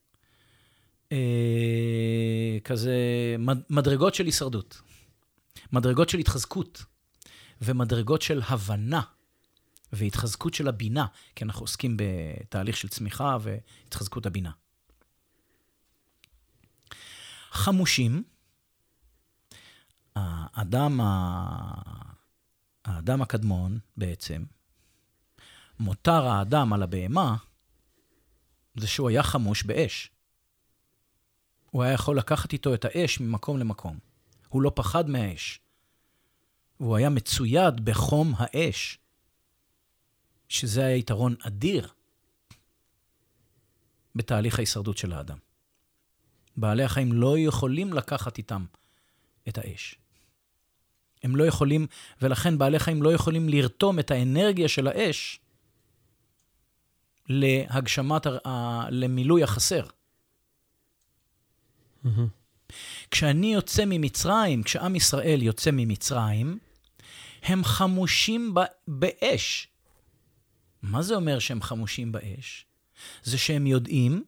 כזה מדרגות של הישרדות, מדרגות של התחזקות, ומדרגות של הבנה, והתחזקות של הבינה, כי אנחנו עוסקים בתהליך של צמיחה והתחזקות הבינה. חמושים, האדם הקדמון בעצם, מותר האדם על הבהמה, זה שהוא היה חמוש באש. הוא היה יכול לקחת איתו את האש ממקום למקום. הוא לא פחד מהאש. הוא היה מצויד בחום האש, שזה היה יתרון אדיר בתהליך ההישרדות של האדם. בעלי החיים לא יכולים לקחת איתם את האש. הם לא יכולים, ולכן בעלי חיים לא יכולים לרתום את האנרגיה של האש למילוי החסר. כשאני יוצא ממצרים, כשעם ישראל יוצא ממצרים, הם חמושים באש. מה זה אומר שהם חמושים באש? זה שהם יודעים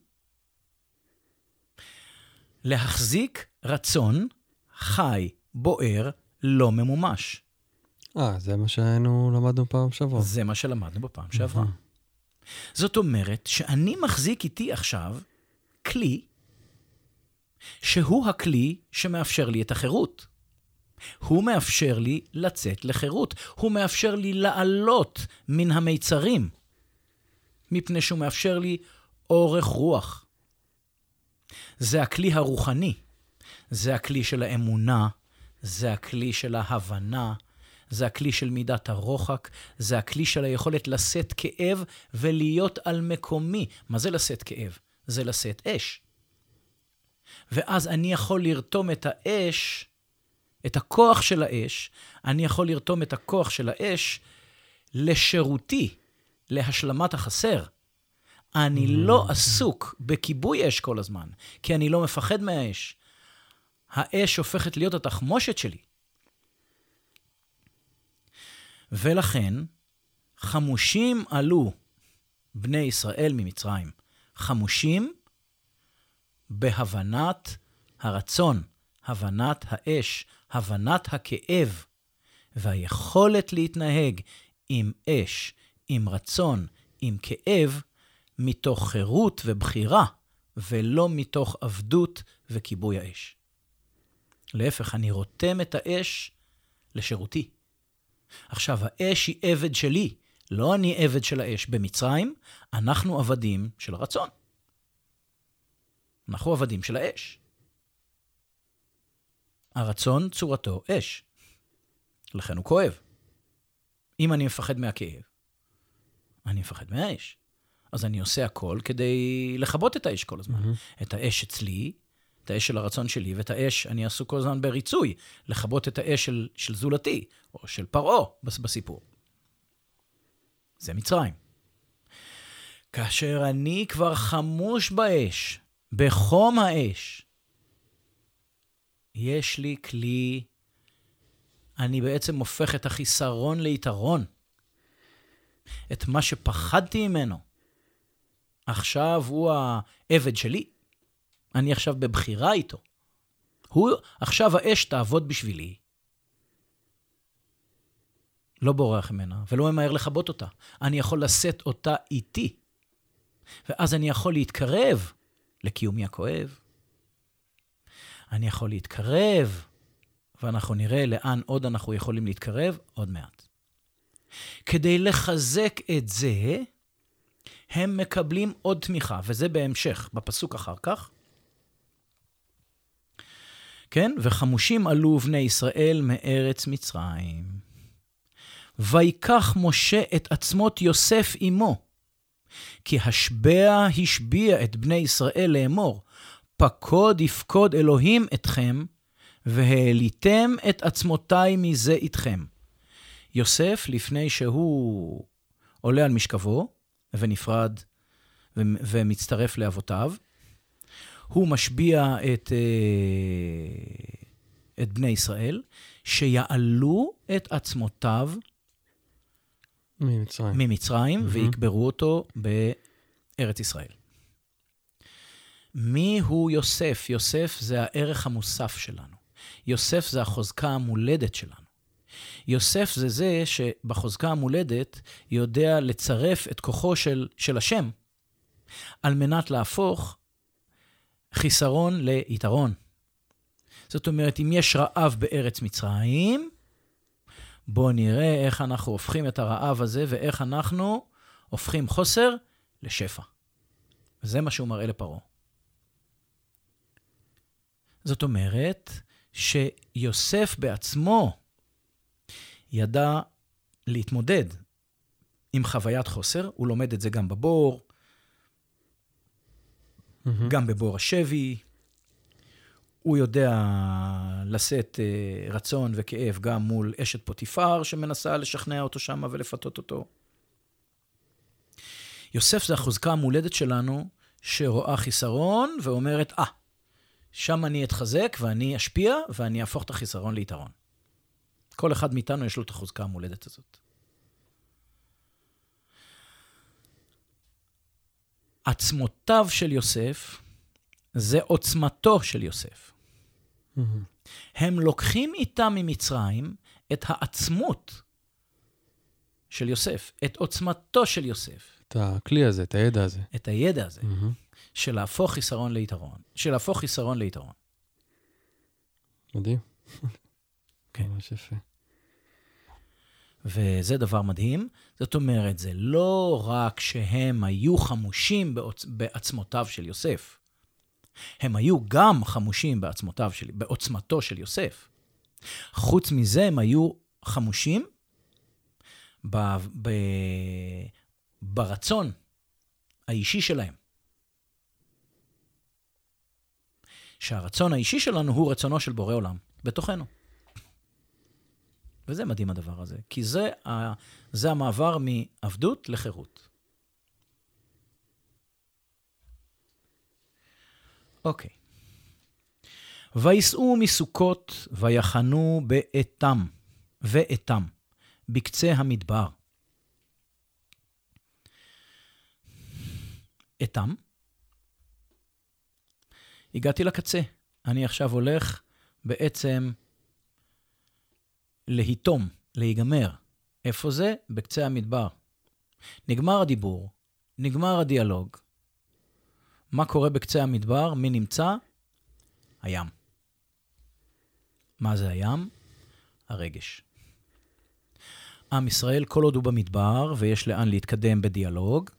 להחזיק רצון חי, בוער, לא ממומש. זה מה למדנו פעם שעברה. זה מה שלמדנו בפעם שעברה. זאת אומרת שאני מחזיק איתי עכשיו כלי, שהוא הכלי שמאפשר לי את החירות. הוא מאפשר לי לצאת לחירות. הוא מאפשר לי לעלות מן המיצרים, מפני שהוא מאפשר לי אורך רוח. זה הכלי הרוחני. זה הכלי של האמונה, זה הכלי של ההבנה, זה הכלי של מידת הרוחק, זה הכלי של היכולת לשאת כאב ולהיות על מקומי. מה זה לשאת כאב? זה לשאת אש. ואז אני יכול לרתום את האש את הכוח של האש, אני יכול לרתום את הכוח של האש לשירותי, להשלמת החסר. אני לא עסוק בכיבוי אש כל הזמן, כי אני לא מפחד מהאש. האש הופכת להיות התחמושת שלי. ולכן, חמושים עלו בני ישראל ממצרים. חמושים בהבנת הרצון, הבנת האש, הבנת הכאב, והיכולת להתנהג עם אש, עם רצון, עם כאב, מתוך חירות ובחירה, ולא מתוך עבדות וכיבוי האש. להפך, אני רותם את האש לשירותי. עכשיו, האש היא עבד שלי, לא אני עבד של האש. במצרים, אנחנו עבדים של הרצון. אנחנו עבדים של האש. הרצון צורתו אש. לכן הוא כואב. אם אני מפחד מהכאב, אני מפחד מהאש. אז אני עושה הכל כדי לכבות את האש כל הזמן. את האש אצלי, את האש של הרצון שלי, ואת האש אני עסוק כל הזמן בריצוי, לכבות את האש של זולתי, או של פרעה בסיפור. זה מצרים. כאשר אני כבר חמוש באש, בחום האש, יש לי כלי, אני בעצם הופך את החיסרון ליתרון. את מה שפחדתי ממנו. עכשיו הוא העבד שלי. אני עכשיו בבחירה איתו. עכשיו האש תעבוד בשבילי. לא בורח ממנה, ולא ממהר לכבות אותה. אני יכול לשאת אותה איתי. ואז אני יכול להתקרב לקיומי הכואב. אני יכול להתקרב, ואנחנו נראה לאן עוד אנחנו יכולים להתקרב עוד מעט. כדי לחזק את זה, הם מקבלים עוד תמיכה, וזה בהמשך, בפסוק אחר כך. כן? וחמושים עלו בני ישראל מארץ מצרים. ויקח משה את עצמות יוסף עמו, כי השביע את בני ישראל לאמור, פקוד יפקוד אלוהים אתכם, והעליתם את עצמותיי מזה איתכם. יוסף, לפני שהוא עולה על משכבו, ונפרד ומצטרף לאבותיו, הוא משביע את בני ישראל, שיעלו את עצמותיו ממצרים ויקברו אותו בארץ ישראל. מי הוא יוסף? יוסף זה הערך המוסף שלנו. יוסף זה החוזקה המולדת שלנו. יוסף זה זה שבחוזקה המולדת יודע לצרף את כוחו של השם, על מנת להפוך חיסרון ליתרון. זאת אומרת, אם יש רעב בארץ מצרים, בואו נראה איך אנחנו הופכים את הרעב הזה, ואיך אנחנו הופכים חוסר לשפע. וזה מה שהוא מראה לפרעה. זאת אומרת, שיוסף בעצמו ידע להתמודד עם חוויית חוסר. הוא לומד את זה גם בבור, גם בבור השבי. הוא יודע לשאת רצון וכאב גם מול אשת פוטיפר, שמנסה לשכנע אותו שם ולפתות אותו. יוסף זה החוזקה המולדת שלנו, שרואה חיסרון ואומרת, שם אני אתחזק ואני אשפיע ואני אהפוך את החיסרון ליתרון. כל אחד מאיתנו יש לו את החוזקה המולדת הזאת. עצמותיו של יוסף זה עוצמתו של יוסף. הם לוקחים איתם ממצרים את העצמות של יוסף, את עוצמתו של יוסף. את הכלי הזה, את הידע הזה. את הידע הזה, של להפוך חיסרון ליתרון. של להפוך חיסרון ליתרון. מדהים. כן. ממש יפה. וזה דבר מדהים. זאת אומרת, זה לא רק שהם היו חמושים בעצמותיו של יוסף. הם היו גם חמושים בעוצמתו של יוסף. חוץ מזה, הם היו חמושים ברצון האישי שלהם. שהרצון האישי שלנו הוא רצונו של בורא עולם, בתוכנו. וזה מדהים הדבר הזה, כי זה המעבר מעבדות לחירות. אוקיי. ויסעו מסוכות ויחנו ואתם, בקצה המדבר. אתם? הגעתי לקצה. אני עכשיו הולך בעצם להיתום, להיגמר. איפה זה? בקצה המדבר. נגמר הדיבור, נגמר הדיאלוג. מה קורה בקצה המדבר? מי נמצא? הים. מה זה הים? הרגש. עם ישראל כל עוד הוא במדבר, ויש לאן להתקדם בדיאלוג.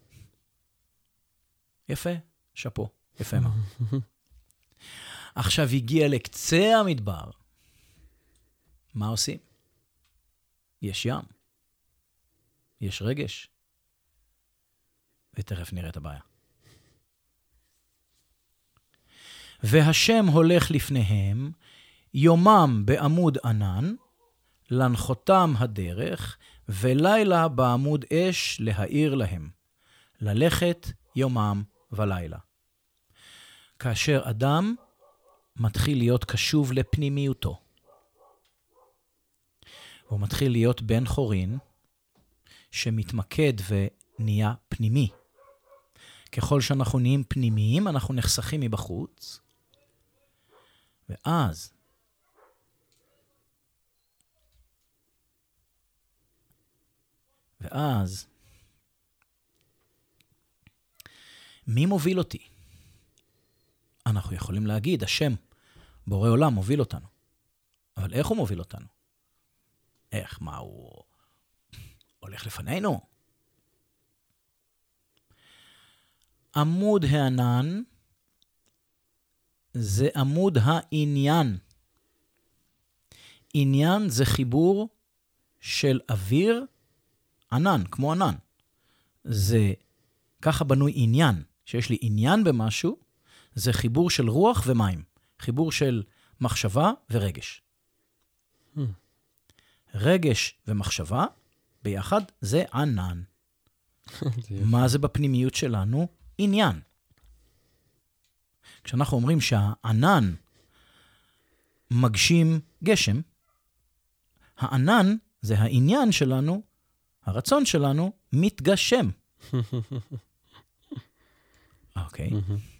יפה, שפו, יפה מה. עכשיו הגיע לקצה המדבר. מה עושים? יש ים. יש רגש. ותכף נראה את הבעיה. והשם הולך לפניהם, יומם בעמוד ענן, לנחותם הדרך, ולילה בעמוד אש להאיר להם. ללכת יומם ולילה. כאשר אדם מתחיל להיות קשוב לפנימיותו, הוא מתחיל להיות בן חורין שמתמקד ונהיה פנימי. ככל שאנחנו נהיים פנימיים, אנחנו נחסכים מבחוץ, ואז מי מוביל אותי? אנחנו יכולים להגיד, השם, בורא עולם, מוביל אותנו. אבל איך הוא מוביל אותנו? איך? מה, הוא הולך לפנינו? עמוד הענן זה עמוד העניין. עניין זה חיבור של אוויר, ענן, כמו ענן. זה ככה בנוי עניין. שיש לי עניין במשהו, זה חיבור של רוח ומים. חיבור של מחשבה ורגש. רגש ומחשבה ביחד זה ענן. מה זה בפנימיות שלנו? עניין. כשאנחנו אומרים שהענן מגשים גשם, הענן זה העניין שלנו, הרצון שלנו מתגשם. אוקיי.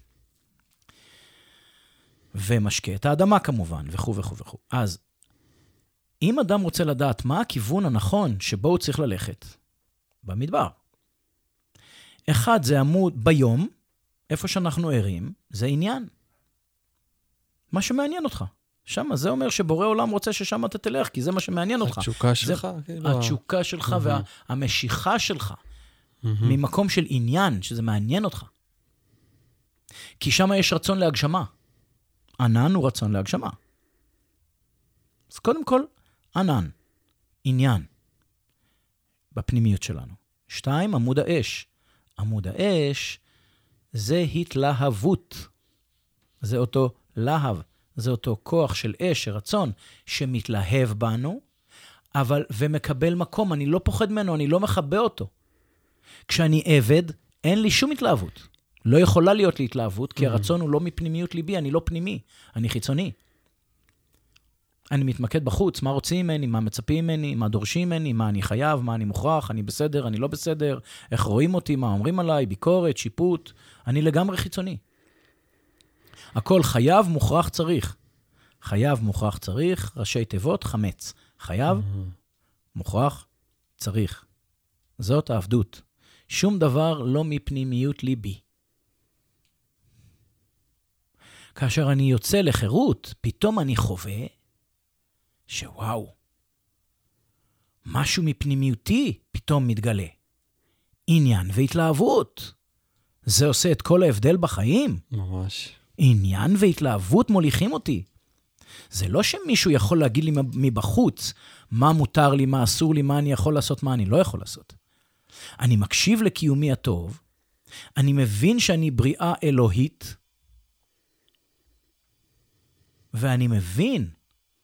ומשקה את האדמה כמובן, וכו' וכו' וכו'. אז אם אדם רוצה לדעת מה הכיוון הנכון שבו הוא צריך ללכת, במדבר. אחד זה עמוד ביום, איפה שאנחנו ערים, זה עניין. מה שמעניין אותך. שם זה אומר שבורא עולם רוצה ששם אתה תלך, כי זה מה שמעניין אותך. התשוקה שלך. התשוקה שלך והמשיכה שלך, ממקום של עניין, שזה מעניין אותך. כי שם יש רצון להגשמה. ענן הוא רצון להגשמה. אז קודם כל, ענן, עניין, בפנימיות שלנו. 2, עמוד האש. עמוד האש זה התלהבות. זה אותו להב, זה אותו כוח של אש, רצון, שמתלהב בנו, אבל ומקבל מקום, אני לא פוחד ממנו, אני לא מחבא אותו. כשאני עבד, אין לי שום התלהבות. לא יכולה להיות לי התלהבות, כי הרצון הוא לא מפנימיות ליבי, אני לא פנימי, אני חיצוני. אני מתמקד בחוץ, מה רוצים ממני, מה מצפים ממני, מה דורשים ממני, מה אני חייב, מה אני מוכרח, אני בסדר, אני לא בסדר, איך רואים אותי, מה אומרים עליי, ביקורת, שיפוט, אני לגמרי חיצוני. הכל חייב, מוכרח, צריך. חייב, מוכרח, צריך, ראשי תיבות, חמץ. חייב, מוכרח, צריך. זאת העבדות. שום דבר לא מפנימיות ליבי. כאשר אני יוצא לחירות, פתאום אני חווה שוואו, משהו מפנימיותי פתאום מתגלה. עניין והתלהבות. זה עושה את כל ההבדל בחיים. ממש. עניין והתלהבות מוליכים אותי. זה לא שמישהו יכול להגיד לי מבחוץ מה מותר לי, מה אסור לי, מה אני יכול לעשות, מה אני לא יכול לעשות. אני מקשיב לקיומי הטוב, אני מבין שאני בריאה אלוהית, ואני מבין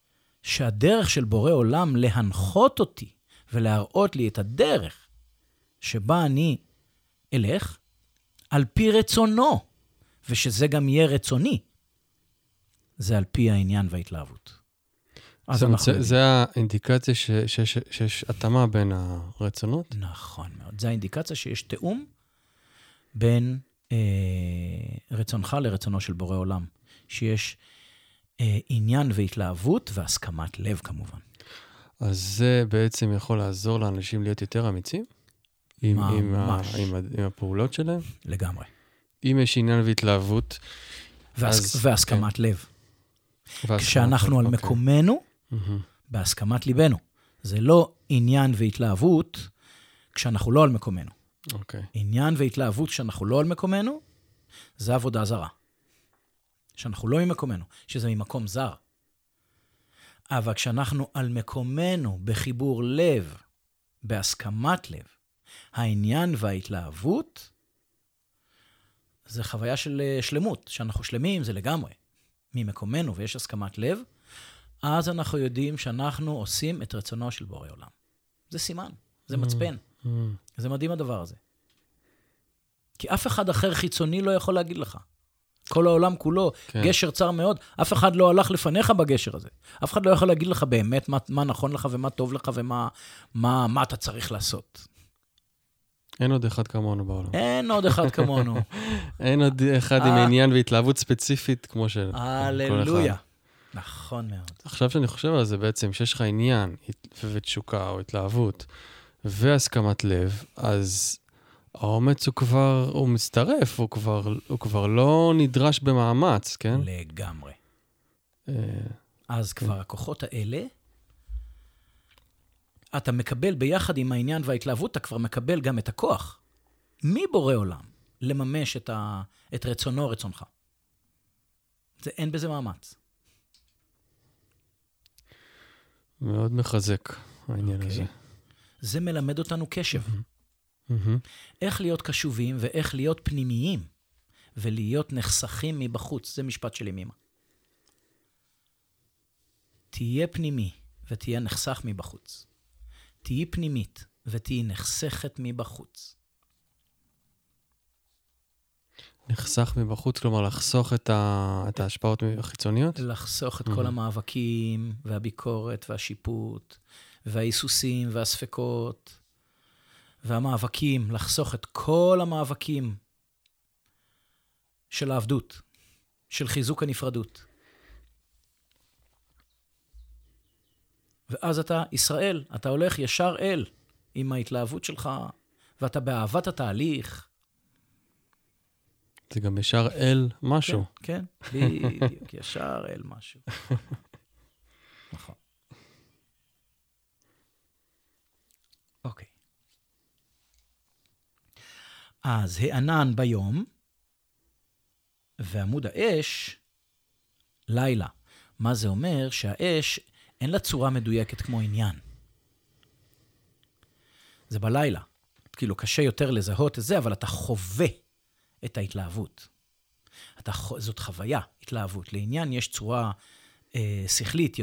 שהדרך של בורא עולם להנחות אותי ולהראות לי את הדרך שבה אני אלך על פי רצונו, ושזה גם יהיה רצוני, זה על פי העניין וההתלהבות. זה האינדיקציה שיש התאמה בין הרצונות? נכון מאוד. זה האינדיקציה שיש תאום בין רצונך לרצונו של בורא עולם. שיש עניין והתלהבות והסכמת לב כמובן. אז זה בעצם יכול לעזור לאנשים להיות יותר אמיצים? עם הפעולות שלהם? לגמרי. אם יש עניין והתלהבות, והסכמת לב. כשאנחנו על מקומנו, בהסכמת ליבנו. זה לא עניין והתלהבות כשאנחנו לא על מקומנו. עניין והתלהבות כשאנחנו לא על מקומנו, זה עבודה זרה. כשאנחנו לא ממקומנו, שזה ממקום זר. אבל כשאנחנו על מקומנו, בחיבור לב, בהסכמת לב, העניין וההתלהבות, זה חוויה של שלמות. כשאנחנו שלמים, זה לגמרי. ממקומנו ויש הסכמת לב, אז אנחנו יודעים שאנחנו עושים את רצונו של בורא עולם. זה סימן, זה מצפן. זה מדהים הדבר הזה. כי אף אחד אחר חיצוני לא יכול להגיד לך. כל העולם כולו, גשר צר מאוד, אף אחד לא הלך לפניך בגשר הזה. אף אחד לא יכול להגיד לך באמת מה נכון לך ומה טוב לך ומה אתה צריך לעשות. אין עוד אחד כמונו בעולם. אין עוד אחד כמונו. אין עוד אחד עם עניין והתלהבות ספציפית כמו של כל אחד. הללויה. נכון מאוד. עכשיו שאני חושב על זה בעצם, שיש לך עניין ותשוקה או התלהבות והסכמת לב, אז האומץ הוא מצטרף, הוא כבר לא נדרש במאמץ, כן? לגמרי. אז כבר הכוחות האלה, אתה מקבל ביחד עם העניין וההתלהבות, אתה כבר מקבל גם את הכוח. מי בורא עולם? לממש את רצונו או רצונך. אין בזה מאמץ. מאוד מחזק העניין הזה. זה מלמד אותנו קשב. איך להיות קשובים ואיך להיות פנימיים, ולהיות נחסכים מבחוץ. זה משפט של אמא. תהיה פנימי ותהיה נחסך מבחוץ. תהי פנימית ותהי נחסכת מבחוץ. נחסך מבחוץ, כלומר לחסוך את ההשפעות החיצוניות? לחסוך את כל המאבקים והביקורת והשיפוט וההיסוסים והספקות והמאבקים, לחסוך את כל המאבקים של העבדות, של חיזוק הנפרדות. ואז אתה ישראל, אתה הולך ישר אל עם ההתלהבות שלך, ואתה באהבת התהליך. זה גם ישר אל משהו. כן, בדיוק, ישר אל משהו. נכון. אוקיי. אז הענן ביום, ועמוד האש, לילה. מה זה אומר? שהאש אין לה צורה מדויקת כמו עניין. זה בלילה. כאילו קשה יותר לזהות את זה, אבל אתה חווה את ההתלהבות. זאת חוויה, התלהבות. לעניין יש צורה שכלית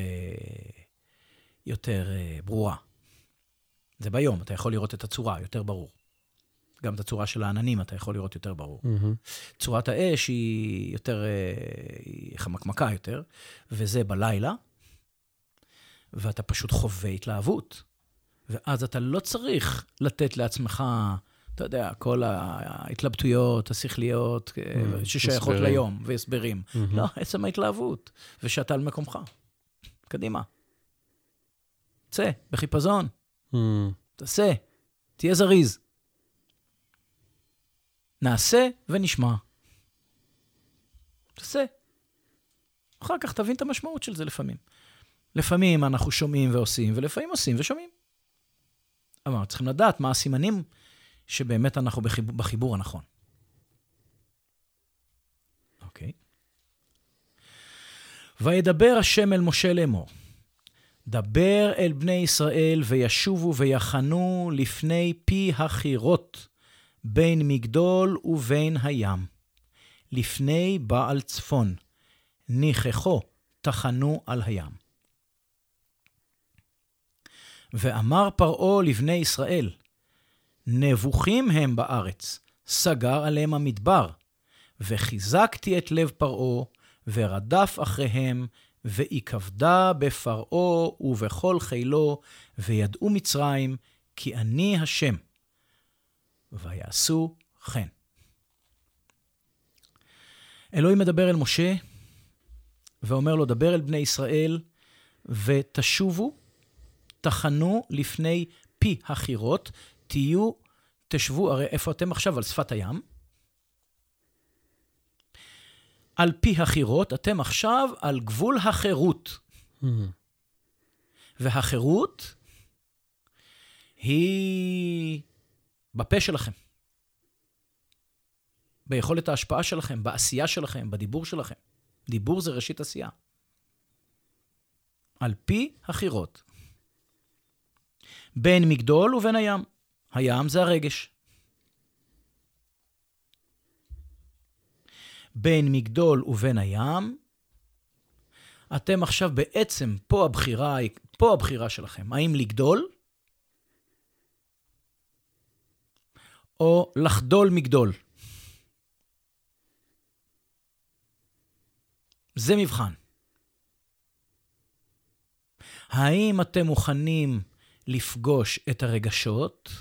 יותר ברורה. זה ביום, אתה יכול לראות את הצורה, יותר ברור. גם את הצורה של העננים אתה יכול לראות יותר ברור. צורת האש היא יותר, היא חמקמקה יותר, וזה בלילה, ואתה פשוט חווה התלהבות. ואז אתה לא צריך לתת לעצמך, אתה יודע, כל ההתלבטויות השכליות ששייכות ליום, והסברים. לא, עצם ההתלהבות, ושאתה על מקומך. קדימה. צא, בחיפזון. תעשה, תהיה זריז. נעשה ונשמע. תעשה. אחר כך תבין את המשמעות של זה לפעמים. לפעמים אנחנו שומעים ועושים, ולפעמים עושים ושומעים. אבל צריכים לדעת מה הסימנים שבאמת אנחנו בחיבור הנכון. אוקיי. וידבר השם אל משה לאמור. דבר אל בני ישראל וישובו ויחנו לפני פי החירות, בין מגדול ובין הים. לפני בעל צפון, ניחכו תחנו על הים. ואמר פרעה לבני ישראל, נבוכים הם בארץ, סגר עליהם המדבר, וחיזקתי את לב פרעה, ורדף אחריהם, ויקבדה בפרעה ובכל חילו, וידעו מצרים, כי אני השם. ויעשו כן. אלוהים מדבר אל משה, ואומר לו, דבר אל בני ישראל, ותשובו, תחנו לפני פי החירות, תשבו, הרי איפה אתם עכשיו? על שפת הים. על פי החירות, אתם עכשיו על גבול החירות. והחירות היא בפה שלכם. ביכולת ההשפעה שלכם, בעשייה שלכם, בדיבור שלכם. דיבור זה ראשית עשייה. על פי החירות. בין מגדול ובין הים. הים זה הרגש. בין מגדול ובין הים, אתם עכשיו בעצם, פה הבחירה שלכם. האם לגדול, או לחדול מגדול. זה מבחן. האם אתם מוכנים לפגוש את הרגשות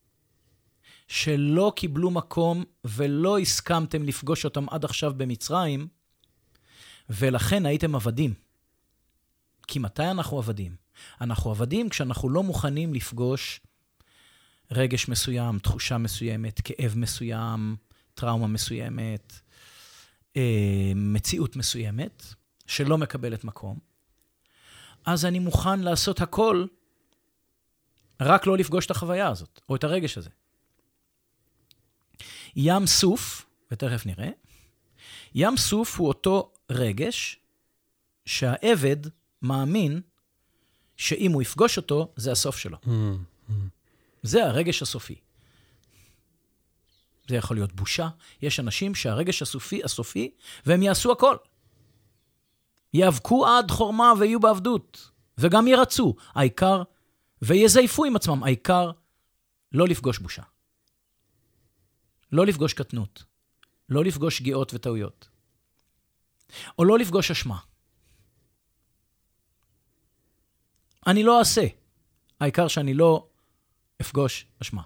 שלא קיבלו מקום ולא הסכמתם לפגוש אותם עד עכשיו במצרים, ולכן הייתם עבדים? כי מתי אנחנו עבדים? אנחנו עבדים כשאנחנו לא מוכנים לפגוש רגש מסוים, תחושה מסוימת, כאב מסוים, טראומה מסוימת, מציאות מסוימת, שלא מקבלת מקום. אז אני מוכן לעשות הכל, רק לא לפגוש את החוויה הזאת, או את הרגש הזה. ים סוף, ותכף נראה, ים סוף הוא אותו רגש שהעבד מאמין שאם הוא יפגוש אותו, זה הסוף שלו. זה הרגש הסופי. זה יכול להיות בושה. יש אנשים שהרגש הסופי, והם יעשו הכל. יאבקו עד חורמה ויהיו בעבדות, וגם ירצו. העיקר, ויזייפו עם עצמם, העיקר לא לפגוש בושה. לא לפגוש קטנות. לא לפגוש שגיאות וטעויות. או לא לפגוש אשמה. אני לא אעשה. העיקר שאני לא אפגוש אשמה.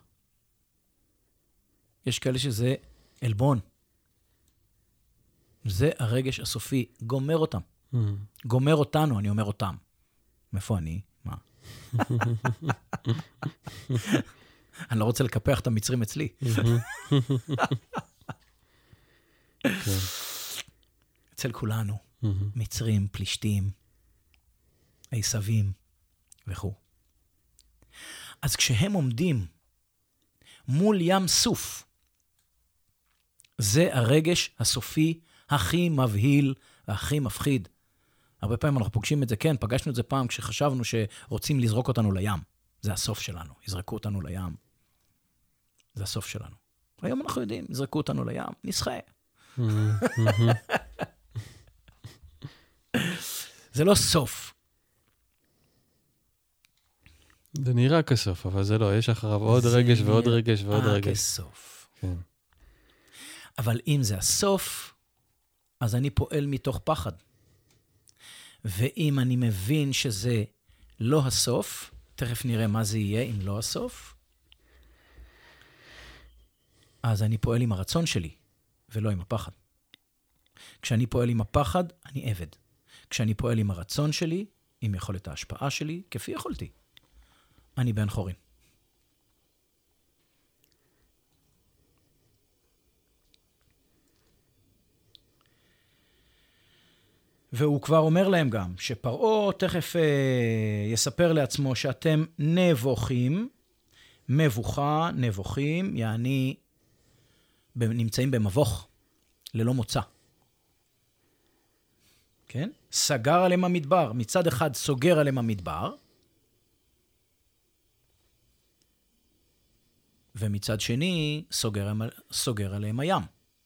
יש כאלה שזה אלבון. זה הרגש הסופי. גומר אותם. גומר אותנו, אני אומר אותם. מאיפה אני? מה? אני לא רוצה לקפח את המצרים אצלי. אצל כולנו. מצרים, פלישתים, עשבים וכו'. אז כשהם עומדים מול ים סוף, זה הרגש הסופי הכי מבהיל והכי מפחיד. הרבה פעמים אנחנו פוגשים את זה, כן, פגשנו את זה פעם כשחשבנו שרוצים לזרוק אותנו לים. זה הסוף שלנו, יזרקו אותנו לים. זה הסוף שלנו. היום אנחנו יודעים, יזרקו אותנו לים, נסחה. זה לא סוף. זה נראה כסוף, אבל זה לא, יש אחריו עוד רגש ועוד רגש ועוד רגש. כסוף. כן. אבל אם זה הסוף, אז אני פועל מתוך פחד. ואם אני מבין שזה לא הסוף, תכף נראה מה זה יהיה אם לא הסוף, אז אני פועל עם הרצון שלי, ולא עם הפחד. כשאני פועל עם הפחד, אני עבד. כשאני פועל עם הרצון שלי, עם יכולת ההשפעה שלי, כפי יכולתי, אני בן חורין. והוא כבר אומר להם גם, שפרעה תכף יספר לעצמו שאתם נבוכים, מבוכה, נבוכים, יעני נמצאים במבוך, ללא מוצא. כן? סגר עליהם המדבר. מצד אחד סוגר עליהם המדבר, ומצד שני סוגר עליהם הים.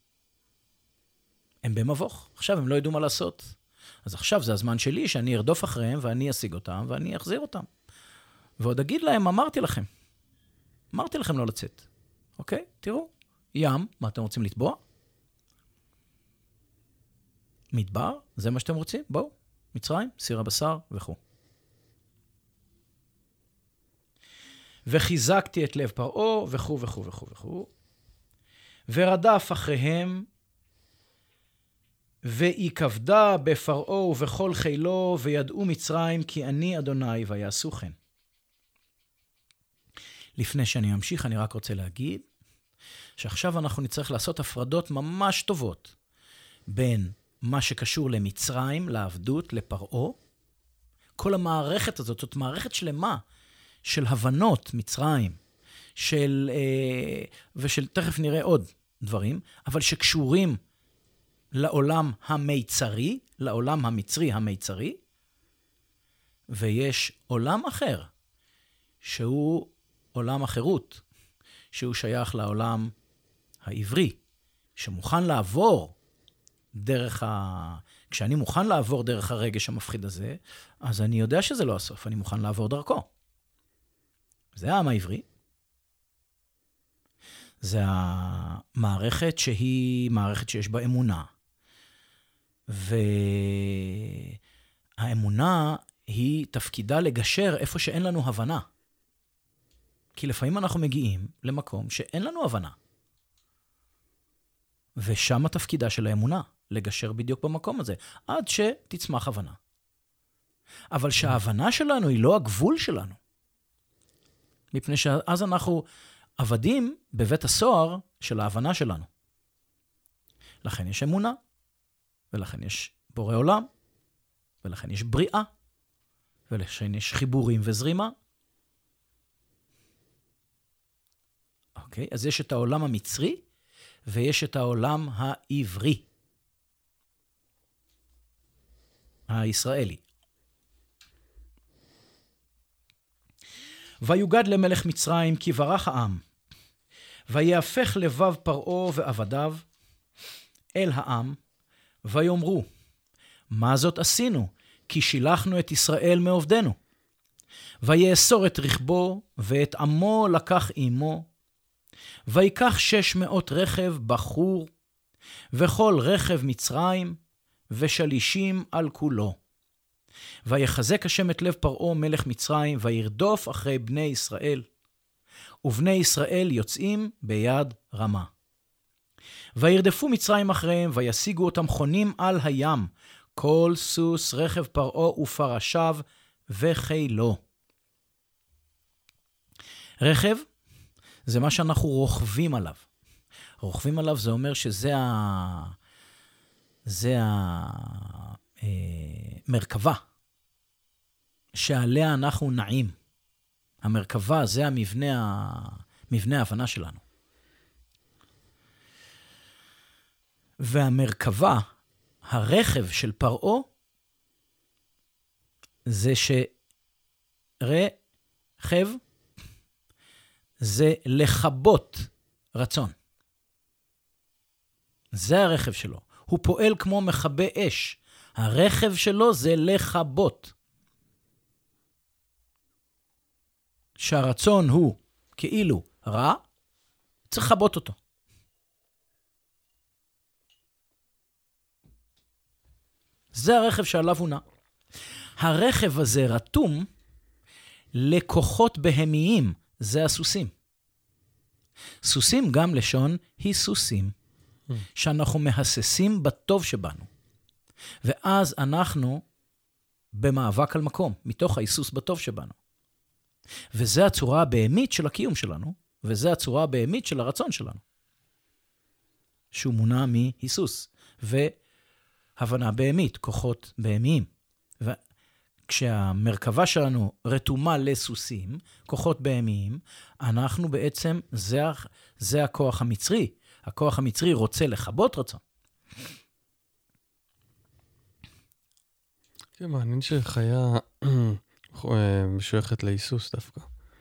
הם במבוך. עכשיו הם לא ידעו מה לעשות. אז עכשיו זה הזמן שלי שאני ארדוף אחריהם ואני אשיג אותם ואני אחזיר אותם. ועוד אגיד להם, אמרתי לכם לא לצאת. אוקיי? תראו, ים, מה אתם רוצים לטבוע? מדבר, זה מה שאתם רוצים? בואו, מצרים, סיר הבשר וכו'. וחיזקתי את לב פרעה וכו' וכו' וכו' וכו'. ורדף אחריהם, ויקבדה בפרעה ובכל חילו, וידעו מצרים כי אני אדוני ויעשו כן. לפני שאני אמשיך, אני רק רוצה להגיד, שעכשיו אנחנו נצטרך לעשות הפרדות ממש טובות, בין מה שקשור למצרים, לעבדות, לפרעה. כל המערכת הזאת, זאת מערכת שלמה, של הבנות מצרים, ושל תכף נראה עוד דברים, אבל שקשורים לעולם המיצרי, לעולם המצרי המיצרי, ויש עולם אחר, שהוא עולם החירות, שהוא שייך לעולם העברי, שמוכן לעבור דרך כשאני מוכן לעבור דרך הרגש המפחיד הזה, אז אני יודע שזה לא הסוף, אני מוכן לעבור דרכו. זה העם העברי. זה המערכת שהיא מערכת שיש בה אמונה. והאמונה היא תפקידה לגשר איפה שאין לנו הבנה. כי לפעמים אנחנו מגיעים למקום שאין לנו הבנה. ושם התפקידה של האמונה, לגשר בדיוק במקום הזה, עד שתצמח הבנה. אבל שההבנה שלנו היא לא הגבול שלנו. מפני שאז אנחנו עבדים בבית הסוהר של ההבנה שלנו. לכן יש אמונה, ולכן יש בורא עולם, ולכן יש בריאה, ולכן יש חיבורים וזרימה. אוקיי? אז יש את העולם המצרי, ויש את העולם העברי. הישראלי. ויוגד למלך מצרים כי ברח העם, ויהפך לבב פרעה ועבדיו אל העם, ויאמרו, מה זאת עשינו? כי שילחנו את ישראל מעובדנו. ויאסור את רכבו, ואת עמו לקח עמו, ויקח 600 רכב בחור, וכל רכב מצרים, ושלישים על כולו. ויחזק השם את לב פרעה מלך מצרים, וירדוף אחרי בני ישראל, ובני ישראל יוצאים ביד רמה. וירדפו מצרים אחריהם, וישיגו אותם חונים על הים, כל סוס רכב פרעה ופרשיו וחילו. רכב זה מה שאנחנו רוכבים עליו. רוכבים עליו זה אומר שזה המרכבה שעליה אנחנו נעים. המרכבה זה מבנה ההבנה שלנו. והמרכבה, הרכב של פרעה, זה שרכב זה לכבות רצון. זה הרכב שלו. הוא פועל כמו מכבה אש. הרכב שלו זה לכבות. שהרצון הוא כאילו רע, צריך לכבות אותו. זה הרכב שעליו הוא נע. הרכב הזה רתום לכוחות בהמיים, זה הסוסים. סוסים גם לשון היסוסים, שאנחנו מהססים בטוב שבנו. ואז אנחנו במאבק על מקום, מתוך ההיסוס בטוב שבנו. וזה הצורה הבהמית של הקיום שלנו, וזה הצורה הבהמית של הרצון שלנו. שהוא מונע מהיסוס, והבנה בהמית, כוחות בהמיים. וכשהמרכבה שלנו רתומה לסוסים, כוחות בהמיים, אנחנו בעצם, זה הכוח המצרי. הכוח המצרי רוצה לכבות רצון. כן, מעניין שחיה משויכת להיסוס דווקא.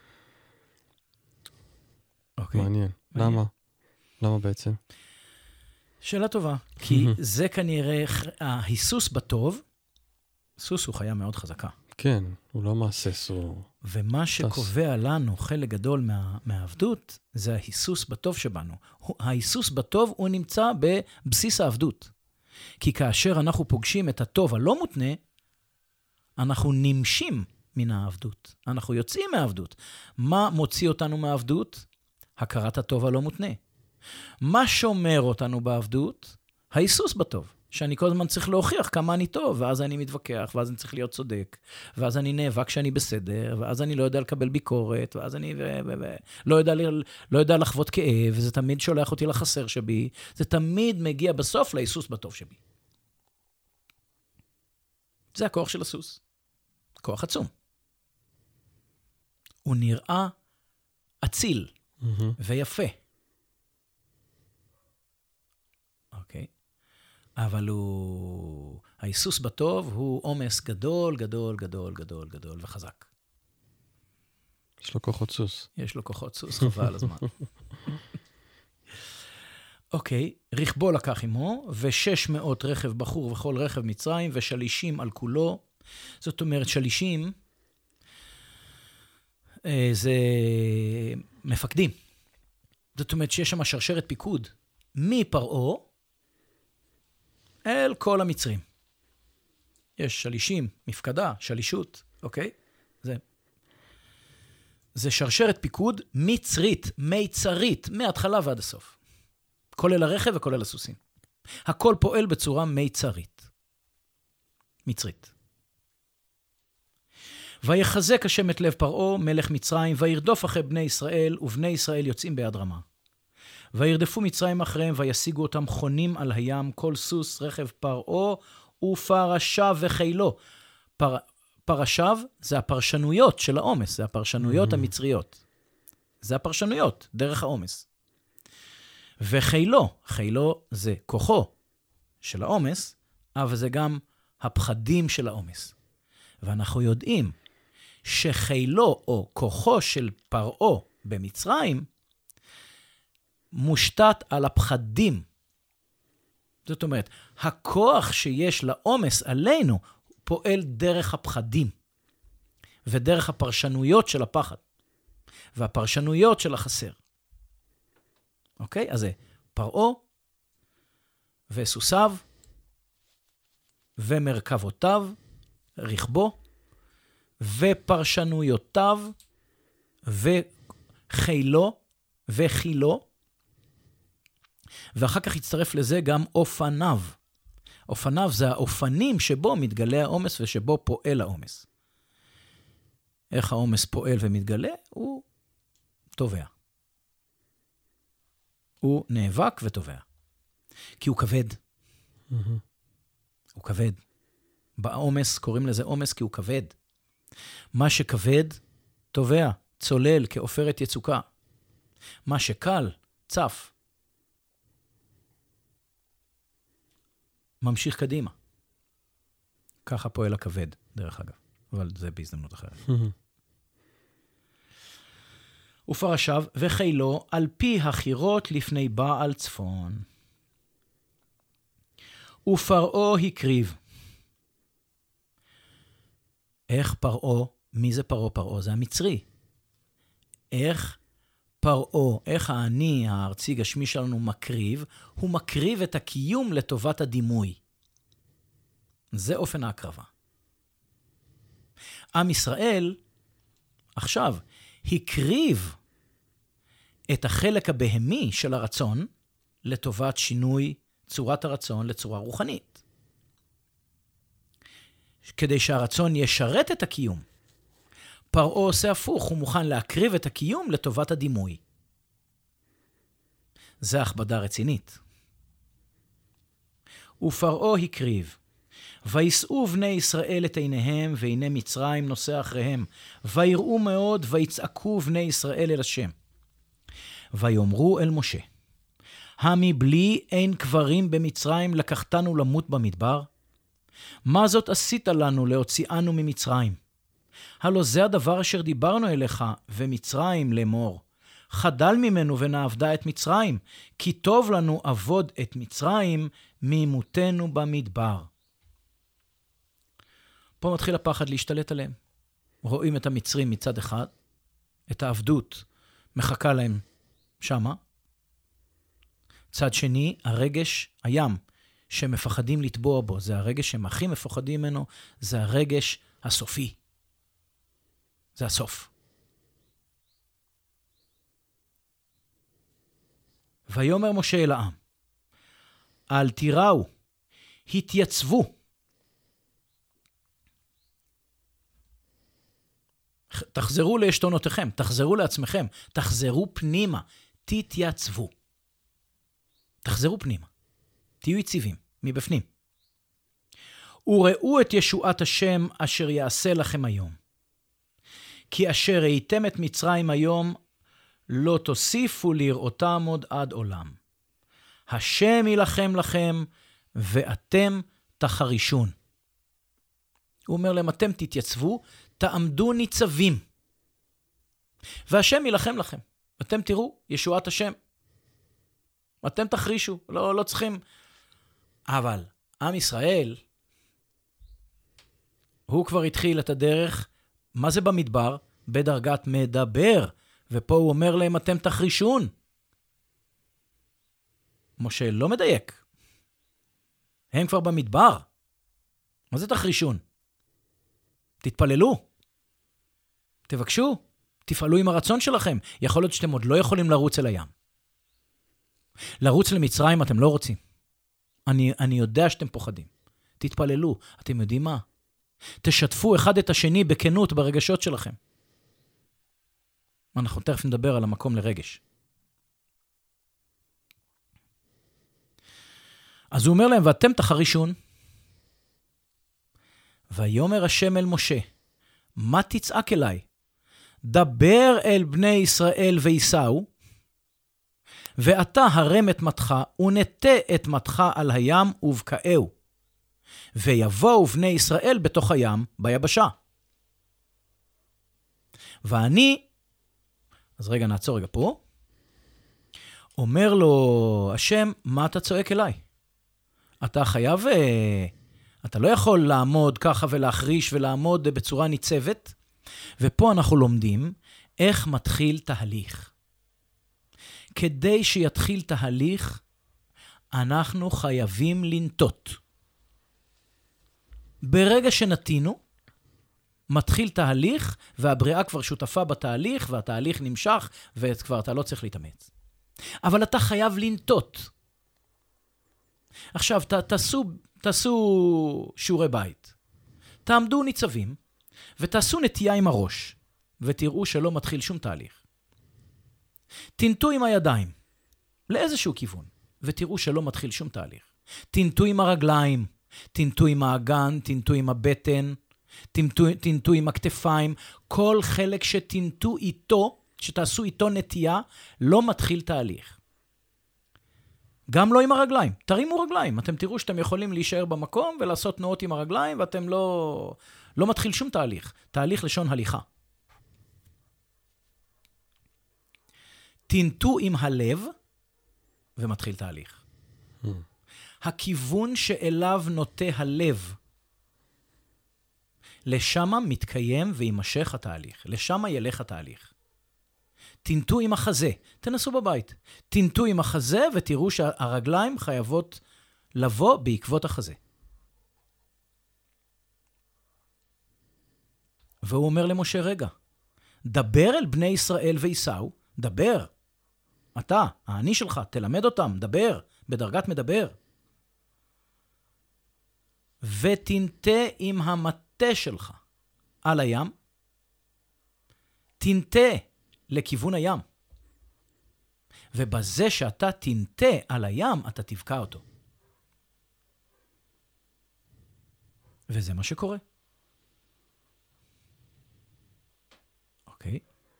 אוקיי. מעניין. למה? למה בעצם? שאלה טובה. כי זה כנראה, ההיסוס בטוב, סוס הוא חיה מאוד חזקה. כן, הוא לא מעסס, הוא ומה שקובע לנו חלק גדול מהעבדות, זה ההיסוס בטוב שבנו. ההיסוס בטוב הוא נמצא בבסיס העבדות. כי כאשר אנחנו פוגשים את הטוב הלא מותנה, אנחנו נמשים מן העבדות. אנחנו יוצאים מהעבדות. מה מוציא אותנו מהעבדות? הכרת הטוב הלא מותנה. מה שומר אותנו בעבדות? ההיסוס בטוב. שאני כל הזמן צריך להוכיח כמה אני טוב, ואז אני מתווכח, ואז אני צריך להיות צודק, ואז אני נאבק שאני בסדר, ואז אני לא יודע לקבל ביקורת, ואז אני לא יודע לחוות כאב, וזה תמיד שולח אותי לחסר שבי, זה תמיד מגיע בסוף להיסוס בטוב שבי. זה הכוח של הסוס. כוח עצום. הוא נראה אציל ויפה. אוקיי. אבל ההיסוס בטוב הוא עומס גדול, גדול, גדול, גדול, גדול וחזק. יש לו כוחות סוס. יש לו כוחות סוס, חבל על הזמן. אוקיי, רכבו לקח עמו, ו600 רכב בחור וכל רכב מצרים, ושלישים על כולו. זאת אומרת, שלישים זה מפקדים. זאת אומרת שיש שם שרשרת פיקוד מפרעה אל כל המצרים. יש שלישים, מפקדה, שלישות, אוקיי? זה שרשרת פיקוד מצרית, מיצרית, מההתחלה ועד הסוף. כולל הרכב וכולל הסוסים. הכל פועל בצורה מיצרית. מצרית. ויחזק השם את לב פרעה, מלך מצרים, וירדוף אחרי בני ישראל, ובני ישראל יוצאים ביד רמה. וירדפו מצרים אחריהם, וישיגו אותם חונים על הים, כל סוס, רכב פרעה, ופרשיו וחילו. פרשיו זה הפרשנויות של העומס, זה הפרשנויות המצריות. זה הפרשנויות, דרך העומס. וחילו, חילו זה כוחו של העומס, אבל זה גם הפחדים של העומס. ואנחנו יודעים שחילו או כוחו של פרעה במצרים, מושתת על הפחדים. זאת אומרת, הכוח שיש לעומס עלינו, פועל דרך הפחדים, ודרך הפרשנויות של הפחד, והפרשנויות של החסר. אוקיי? אז זה פרעה, וסוסיו, ומרכבותיו, רכבו, ופרשנויותיו, וחילו, וחילו, ואחר כך יצטרף לזה גם אופניו. אופניו זה האופנים שבו מתגלה העומס ושבו פועל העומס. איך העומס פועל ומתגלה? הוא תובע. הוא נאבק ותובע. כי הוא כבד. הוא כבד. בעומס קוראים לזה עומס כי הוא כבד. מה שכבד תובע, צולל כאופרת יצוקה. מה שקל, צף. ממשיך קדימה. ככה פועל הכבד, דרך אגב. אבל זה בהזדמנות אחרת. ופרשיו וחילו על פי החירות לפני בעל צפון. ופרעה הקריב. איך פרעה? מי זה פרעה? פרעה זה המצרי. איך פרעה, איך העני, הארצי גשמי שלנו מקריב? הוא מקריב את הקיום לטובת הדימוי. זה אופן ההקרבה. עם ישראל, עכשיו, הקריב את החלק הבהמי של הרצון לטובת שינוי צורת הרצון לצורה רוחנית. כדי שהרצון ישרת את הקיום. פרעה עושה הפוך, הוא מוכן להקריב את הקיום לטובת הדימוי. זה הכבדה רצינית. ופרעה הקריב, ויסעו בני ישראל את עיניהם, והנה מצרים נוסע אחריהם, ויראו מאוד, ויצעקו בני ישראל אל השם. ויאמרו אל משה, המבלי אין קברים במצרים לקחתנו למות במדבר? מה זאת עשית לנו להוציאנו ממצרים? הלא זה הדבר אשר דיברנו אליך, ומצרים לאמור. חדל ממנו ונעבדה את מצרים, כי טוב לנו עבוד את מצרים ממותנו במדבר. פה מתחיל הפחד להשתלט עליהם. רואים את המצרים מצד אחד, את העבדות מחכה להם שמה. צד שני, הרגש, הים, שמפחדים לטבוע בו, זה הרגש שהם הכי מפוחדים ממנו, זה הרגש הסופי. זה הסוף. ויאמר משה אל העם, אל תיראו, התייצבו. תחזרו לעשתונותיכם, תחזרו לעצמכם, תחזרו פנימה, תתייצבו. תחזרו פנימה, תהיו יציבים, מבפנים. וראו את ישועת השם אשר יעשה לכם היום. כי אשר ראיתם את מצרים היום, לא תוסיפו לראותם עוד עד עולם. השם ילחם לכם, ואתם תחרישון. הוא אומר להם, אתם תתייצבו, תעמדו ניצבים. והשם ילחם לכם. אתם תראו, ישועת השם. אתם תחרישו, לא צריכים. אבל עם ישראל, הוא כבר התחיל את הדרך, מה זה במדבר? בדרגת מדבר. ופה הוא אומר להם, אתם תחרישון. משה לא מדייק. הם כבר במדבר. מה זה תחרישון? תתפללו. תבקשו. תפעלו עם הרצון שלכם. יכול להיות שאתם עוד לא יכולים לרוץ אל הים. לרוץ למצרים אתם לא רוצים. אני יודע שאתם פוחדים. תתפללו. אתם יודעים מה? תשתפו אחד את השני בכנות ברגשות שלכם. אנחנו תכף נדבר על המקום לרגש. אז הוא אומר להם, ואתם תחרישון. ויאמר השם אל משה, מה תצעק אליי? דבר אל בני ישראל ויסעו, ואתה הרם את מתך, ונטה את מתך על הים ובקעהו. ויבואו בני ישראל בתוך הים ביבשה. ואני, אז רגע נעצור רגע פה, אומר לו השם, מה אתה צועק אליי? אתה חייב, אתה לא יכול לעמוד ככה ולהחריש ולעמוד בצורה ניצבת, ופה אנחנו לומדים איך מתחיל תהליך. כדי שיתחיל תהליך, אנחנו חייבים לנטות. ברגע שנתינו, מתחיל תהליך, והבריאה כבר שותפה בתהליך, והתהליך נמשך, וכבר אתה לא צריך להתאמץ. אבל אתה חייב לנטות. עכשיו, תעשו שיעורי בית. תעמדו ניצבים, ותעשו נטייה עם הראש, ותראו שלא מתחיל שום תהליך. תנטו עם הידיים, לאיזשהו כיוון, ותראו שלא מתחיל שום תהליך. תנטו עם הרגליים, תנטו עם האגן, תנטו עם הבטן, תנטו עם הכתפיים, כל חלק שתנטו איתו, שתעשו איתו נטייה, לא מתחיל תהליך. גם לא עם הרגליים. תרימו רגליים. אתם תראו שאתם יכולים להישאר במקום ולעשות תנועות עם הרגליים, ואתם לא מתחיל שום תהליך. תהליך לשון הליכה. תנטו עם הלב, ומתחיל תהליך. הכיוון שאליו נוטה הלב, לשם מתקיים וימשך התהליך. לשם ילך התהליך. תנטו עם החזה. תנסו בבית. תנטו עם החזה ותראו שהרגליים חייבות לבוא בעקבות החזה. והוא אומר למשה, רגע, דבר אל בני ישראל ויסעו, דבר. אתה, העני שלך, תלמד אותם, דבר, בדרגת מדבר. ותנטה עם המטה שלך על הים, תנטה לכיוון הים. ובזה שאתה תנטה על הים, אתה תבקע אותו. וזה מה שקורה. אוקיי.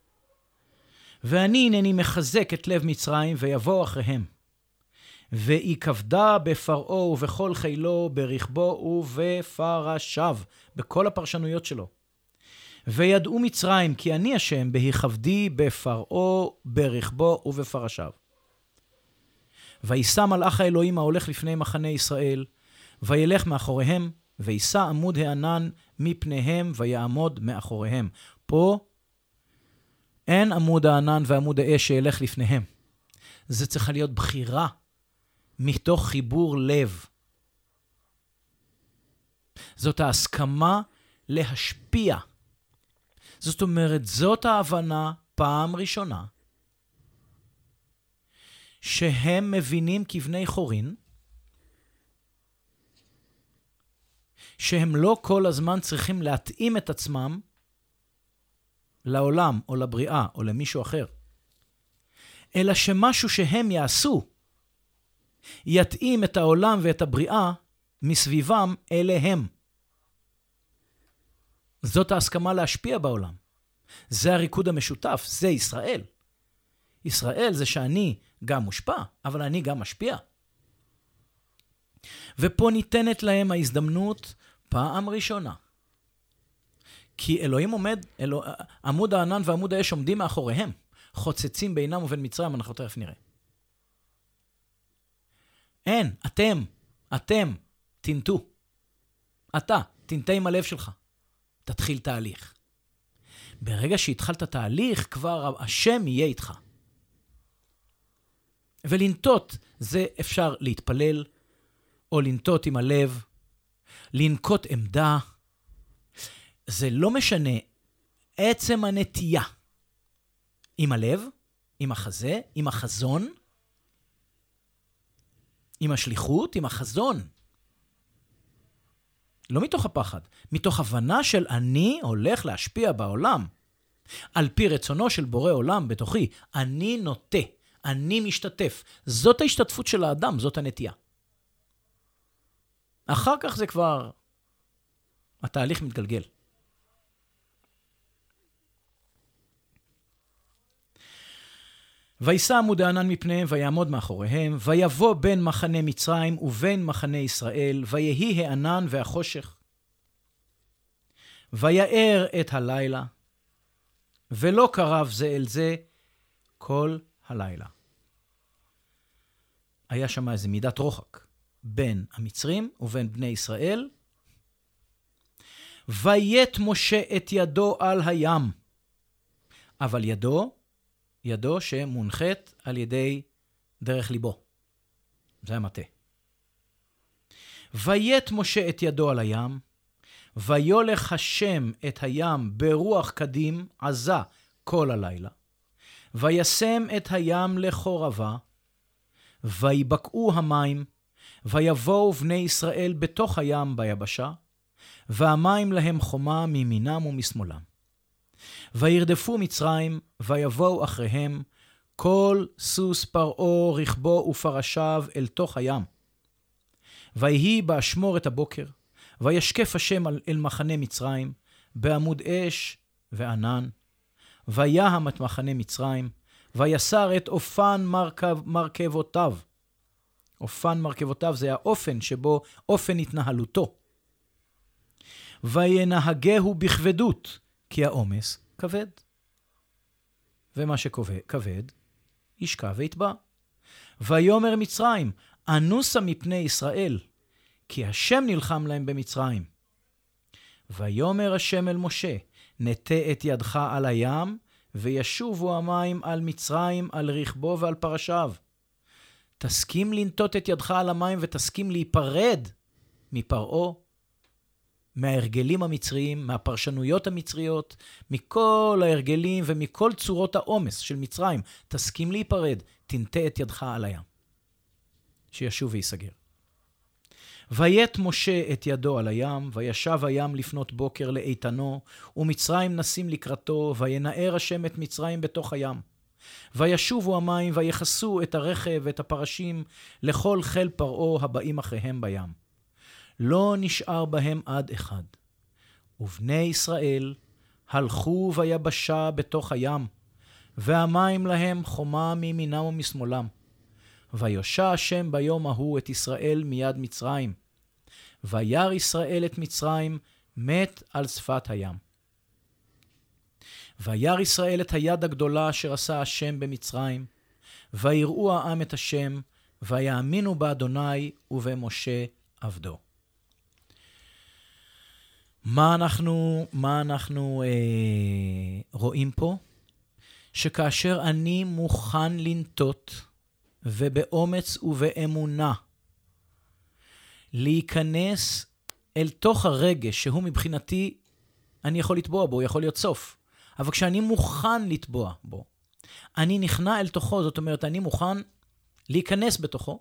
ואני הנני מחזק את לב מצרים ויבוא אחריהם. ויקבדה בפרעו ובכל חילו, ברכבו ובפרשיו, בכל הפרשנויות שלו. וידעו מצרים כי אני השם בהיכבדי בפרעו, ברכבו ובפרשיו. וישא מלאך האלוהים ההולך לפני מחנה ישראל, וילך מאחוריהם, וישא עמוד הענן מפניהם ויעמוד מאחוריהם. פה אין עמוד הענן ועמוד האש שילך לפניהם. זה צריכה להיות בחירה מתוך חיבור לב. זאת ההסכמה להשפיע. זאת אומרת, זאת ההבנה פעם ראשונה שהם מבינים כבני חורין, שהם לא כל הזמן צריכים להתאים את עצמם לעולם או לבריאה או למישהו אחר, אלא שמשהו שהם יעשו יתאים את העולם ואת הבריאה מסביבם אליהם. זאת ההסכמה להשפיע בעולם. זה הריקוד המשותף, זה ישראל. ישראל זה שאני גם מושפע, אבל אני גם משפיע. ופה ניתנת להם ההזדמנות פעם ראשונה. כי אלוהים עומד, עמוד הענן ועמוד האש עומדים מאחוריהם, חוצצים בינם ובין מצרים, אנחנו תכף נראה. אין, אתם, תנטו. אתה, תנטה עם הלב שלך. תתחיל תהליך. ברגע שהתחלת תהליך, כבר השם יהיה איתך. ולנטות, זה אפשר להתפלל, או לנטות עם הלב, לנקוט עמדה. זה לא משנה, עצם הנטייה. עם הלב, עם החזה, עם החזון, עם השליחות, עם החזון. לא מתוך הפחד, מתוך הבנה של אני הולך להשפיע בעולם. על פי רצונו של בורא עולם בתוכי, אני נוטה, אני משתתף. זאת ההשתתפות של האדם, זאת הנטייה. אחר כך זה כבר, התהליך מתגלגל. וישא עמוד הענן מפניהם ויעמוד מאחוריהם, ויבוא בין מחנה מצרים ובין מחנה ישראל, ויהי הענן והחושך. ויער את הלילה, ולא קרב זה אל זה כל הלילה. היה שם איזה מידת רוחק בין המצרים ובין בני ישראל. ויית משה את ידו על הים, אבל ידו שמונחת על ידי דרך ליבו. זה המטה. ויית משה את ידו על הים, ויולך השם את הים ברוח קדים עזה כל הלילה, וישם את הים לחורבה, ויבקעו המים, ויבואו בני ישראל בתוך הים ביבשה, והמים להם חומה מימינם ומשמאלם. וירדפו מצרים, ויבואו אחריהם, כל סוס פרעה רכבו ופרשיו אל תוך הים. ויהי באשמור את הבוקר, וישקף השם אל מחנה מצרים, בעמוד אש וענן. ויהם את מחנה מצרים, ויסר את אופן מרכבותיו. אופן מרכבותיו זה האופן שבו, אופן התנהלותו. וינהגהו בכבדות, כי העומס כבד. ומה שכבד, ישקע ויתבע. ויאמר מצרים, אנוסה מפני ישראל, כי השם נלחם להם במצרים. ויאמר השם אל משה, נטה את ידך על הים, וישובו המים על מצרים, על רכבו ועל פרשיו. תסכים לנטות את ידך על המים, ותסכים להיפרד מפרעה, מההרגלים המצריים, מהפרשנויות המצריות, מכל ההרגלים ומכל צורות העומס של מצרים. תסכים להיפרד, תנטה את ידך על הים, שישוב ויסגר. ויית משה את ידו על הים, וישב הים לפנות בוקר לאיתנו, ומצרים נסים לקראתו, וינער השם את מצרים בתוך הים. וישובו המים, ויחסו את הרכב ואת הפרשים לכל חיל פרעה הבאים אחריהם בים. לא נשאר בהם עד אחד. ובני ישראל הלכו ביבשה בתוך הים, והמים להם חומה מימינם ומשמאלם. ויושע השם ביום ההוא את ישראל מיד מצרים. וירא ישראל את מצרים מת על שפת הים. וירא ישראל את היד הגדולה אשר עשה השם במצרים. ויראו העם את השם, ויאמינו באדוני ובמשה עבדו. מה אנחנו רואים פה? שכאשר אני מוכן לנטות, ובאומץ ובאמונה, להיכנס אל תוך הרגש, שהוא מבחינתי, אני יכול לטבוע בו, הוא יכול להיות סוף. אבל כשאני מוכן לטבוע בו, אני נכנע אל תוכו, זאת אומרת, אני מוכן להיכנס בתוכו.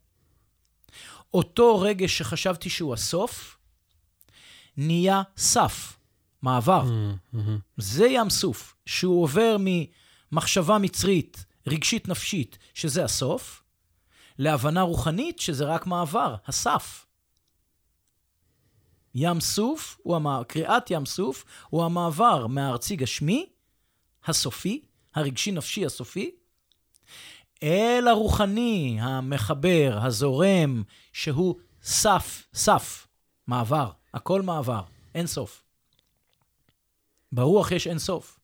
אותו רגש שחשבתי שהוא הסוף, נהיה סף, מעבר. זה ים סוף, שהוא עובר ממחשבה מצרית, רגשית נפשית, שזה הסוף, להבנה רוחנית, שזה רק מעבר, הסף. ים סוף, קריאת ים סוף, הוא המעבר מהארצי גשמי, הסופי, הרגשי נפשי הסופי, אל הרוחני, המחבר, הזורם, שהוא סף, מעבר, הכל מעבר, אין סוף. ברוח יש אין סוף.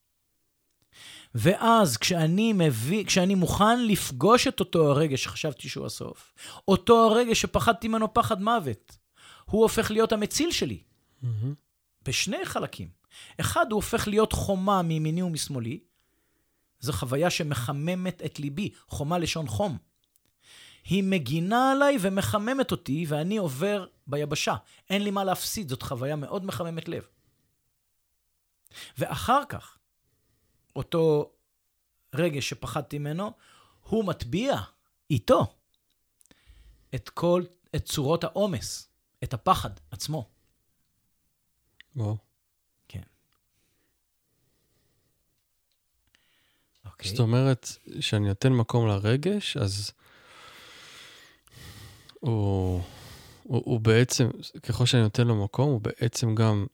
ואז כשאני מוכן לפגוש את אותו הרגש שחשבתי שהוא הסוף, אותו הרגש שפחדתי ממנו פחד מוות, הוא הופך להיות המציל שלי. בשני חלקים. אחד, הוא הופך להיות חומה מימיני ומשמאלי. זו חוויה שמחממת את ליבי, חומה לשון חום. היא מגינה עליי ומחממת אותי, ואני עובר ביבשה. אין לי מה להפסיד, זאת חוויה מאוד מחממת לב. ואחר כך, אותו רגש שפחדתי ממנו, הוא מטביע איתו את צורות העומס, את הפחד עצמו. וואו. כן. אוקיי. זאת אומרת, שאני נותן מקום לרגש, אז הוא בעצם, ככל שאני נותן לו מקום, הוא בעצם גם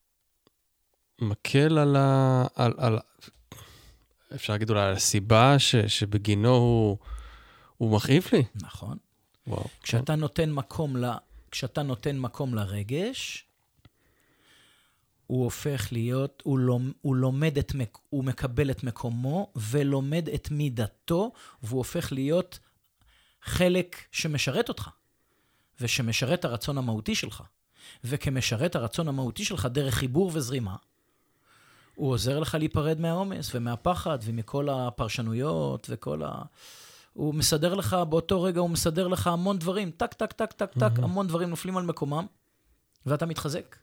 מקל על אפשר להגיד אולי על הסיבה שבגינו הוא מכאיב לי. נכון. וואו. כשאתה נותן מקום לרגש, הוא הופך להיות, הוא מקבל את מקומו, ולומד את מידתו, והוא הופך להיות חלק שמשרת אותך, ושמשרת הרצון המהותי שלך. וכמשרת הרצון המהותי שלך, דרך חיבור וזרימה, הוא עוזר לך להיפרד מהעומס, ומהפחד, ומכל הפרשנויות, הוא מסדר לך, באותו רגע הוא מסדר לך המון דברים, טק, טק, טק, טק, טק, המון דברים נופלים על מקומם, ואתה מתחזק.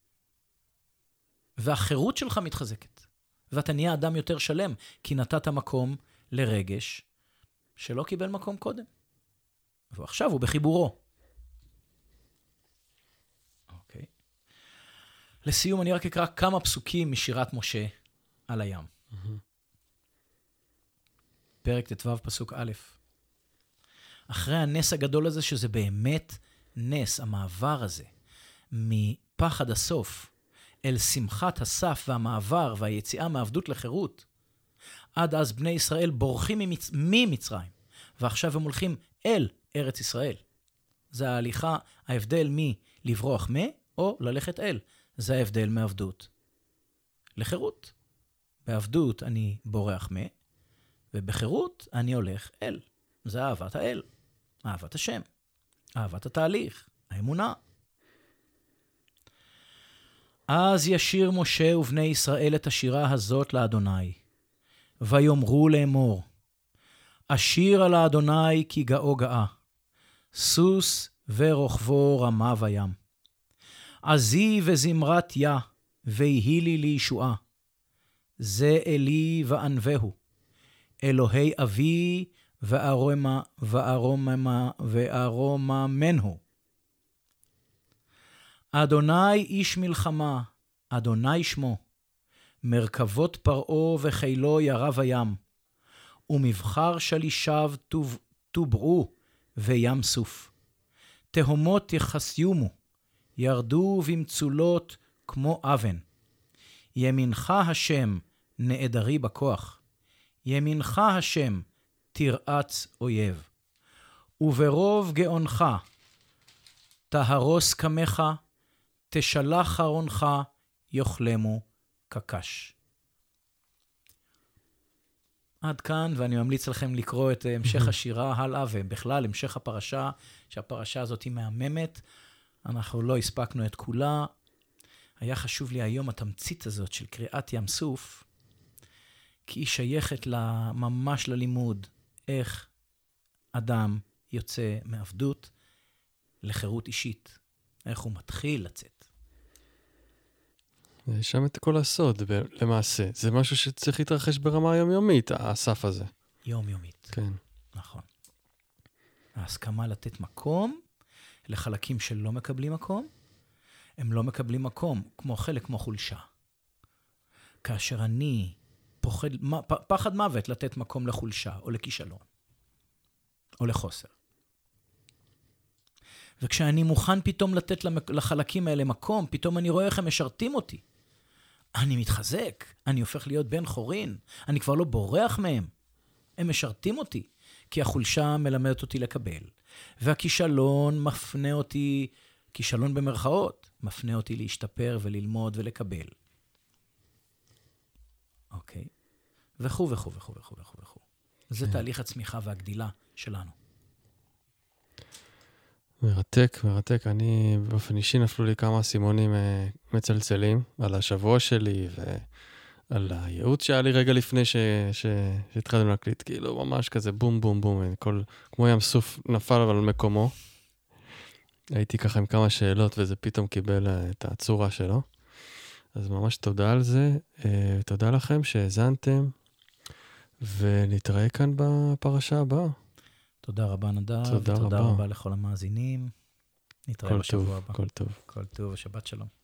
והחירות שלך מתחזקת. ואתה נהיה אדם יותר שלם, כי נתת מקום לרגש שלא קיבל מקום קודם. ועכשיו הוא בחיבורו. אוקיי. לסיום אני רק אקרא כמה פסוקים משירת משה על הים. פרק ט"ו פסוק א'. אחרי הנס הגדול הזה, שזה באמת נס, המעבר הזה, מפחד הסוף, אל שמחת הסף והמעבר והיציאה מעבדות לחירות, עד אז בני ישראל בורחים ממצרים, ועכשיו הם הולכים אל ארץ ישראל. זה ההליכה, ההבדל מלברוח או ללכת אל. זה ההבדל מעבדות לחירות. בעבדות אני בורח ובחירות אני הולך אל. זה אהבת האל, אהבת השם, אהבת התהליך, האמונה. אז ישיר משה ובני ישראל את השירה הזאת לאדוני, ויאמרו לאמור, אשיר על האדוני כי גאו גאה, סוס ורוכבו רמה וים. עזי וזמרת יה, ויהי לי לישועה, זה אלי וענבהו, אלוהי אבי וארוממנו. אדוני איש מלחמה, אדוני שמו, מרכבות פרעה וחילו ירב הים, ומבחר שלישיו תובעו וים סוף. תהומות יחסיומו, ירדו במצולות כמו אבן. ימינך השם נעדרי בכוח, ימינך השם תרעץ אויב. וברוב גאונך תהרוס קמך, תשלח חרונך יאכלמו כקש. עד כאן, ואני ממליץ לכם לקרוא את המשך השירה הלאה, ובכלל המשך הפרשה, שהפרשה הזאת היא מהממת. אנחנו לא הספקנו את כולה, היה חשוב לי היום התמצית הזאת של קריאת ים סוף, כי היא שייכת ממש ללימוד, איך אדם יוצא מעבדות לחירות אישית, איך הוא מתחיל לצאת. יש שם את כל הסוד, למעשה. זה משהו שצריך להתרחש ברמה היומיומית, הסף הזה. יומיומית. כן. נכון. ההסכמה לתת מקום לחלקים שלא מקבלים מקום, הם לא מקבלים מקום, כמו חלק, כמו חולשה. כאשר אני פחד מוות לתת מקום לחולשה, או לכישלון, או לחוסר. וכשאני מוכן פתאום לתת לחלקים האלה מקום, פתאום אני רואה איך הם משרתים אותי. אני מתחזק, אני הופך להיות בן חורין, אני כבר לא בורח מהם. הם משרתים אותי, כי החולשה מלמדת אותי לקבל. והכישלון מפנה אותי, כישלון במרכאות, מפנה אותי להשתפר וללמוד ולקבל. אוקיי? וכו וכו וכו וכו וכו וכו. זה תהליך הצמיחה והגדילה שלנו. מרתק, מרתק. אני באופן אישי נפלו לי כמה סימונים מצלצלים על השבוע שלי ועל הייעוץ שהיה לי רגע לפני שהתחלנו להקליט. כאילו ממש כזה בום בום בום, כמו ים סוף נפל על מקומו. הייתי ככה עם כמה שאלות וזה פתאום קיבל את הצורה שלו. אז ממש תודה על זה. תודה לכם שהאזנתם ונתראה כאן בפרשה הבאה. תודה רבה נדב, תודה ותודה רבה. רבה לכל המאזינים. נתראה בשבוע הבא. כל טוב. כל טוב ושבת שלום.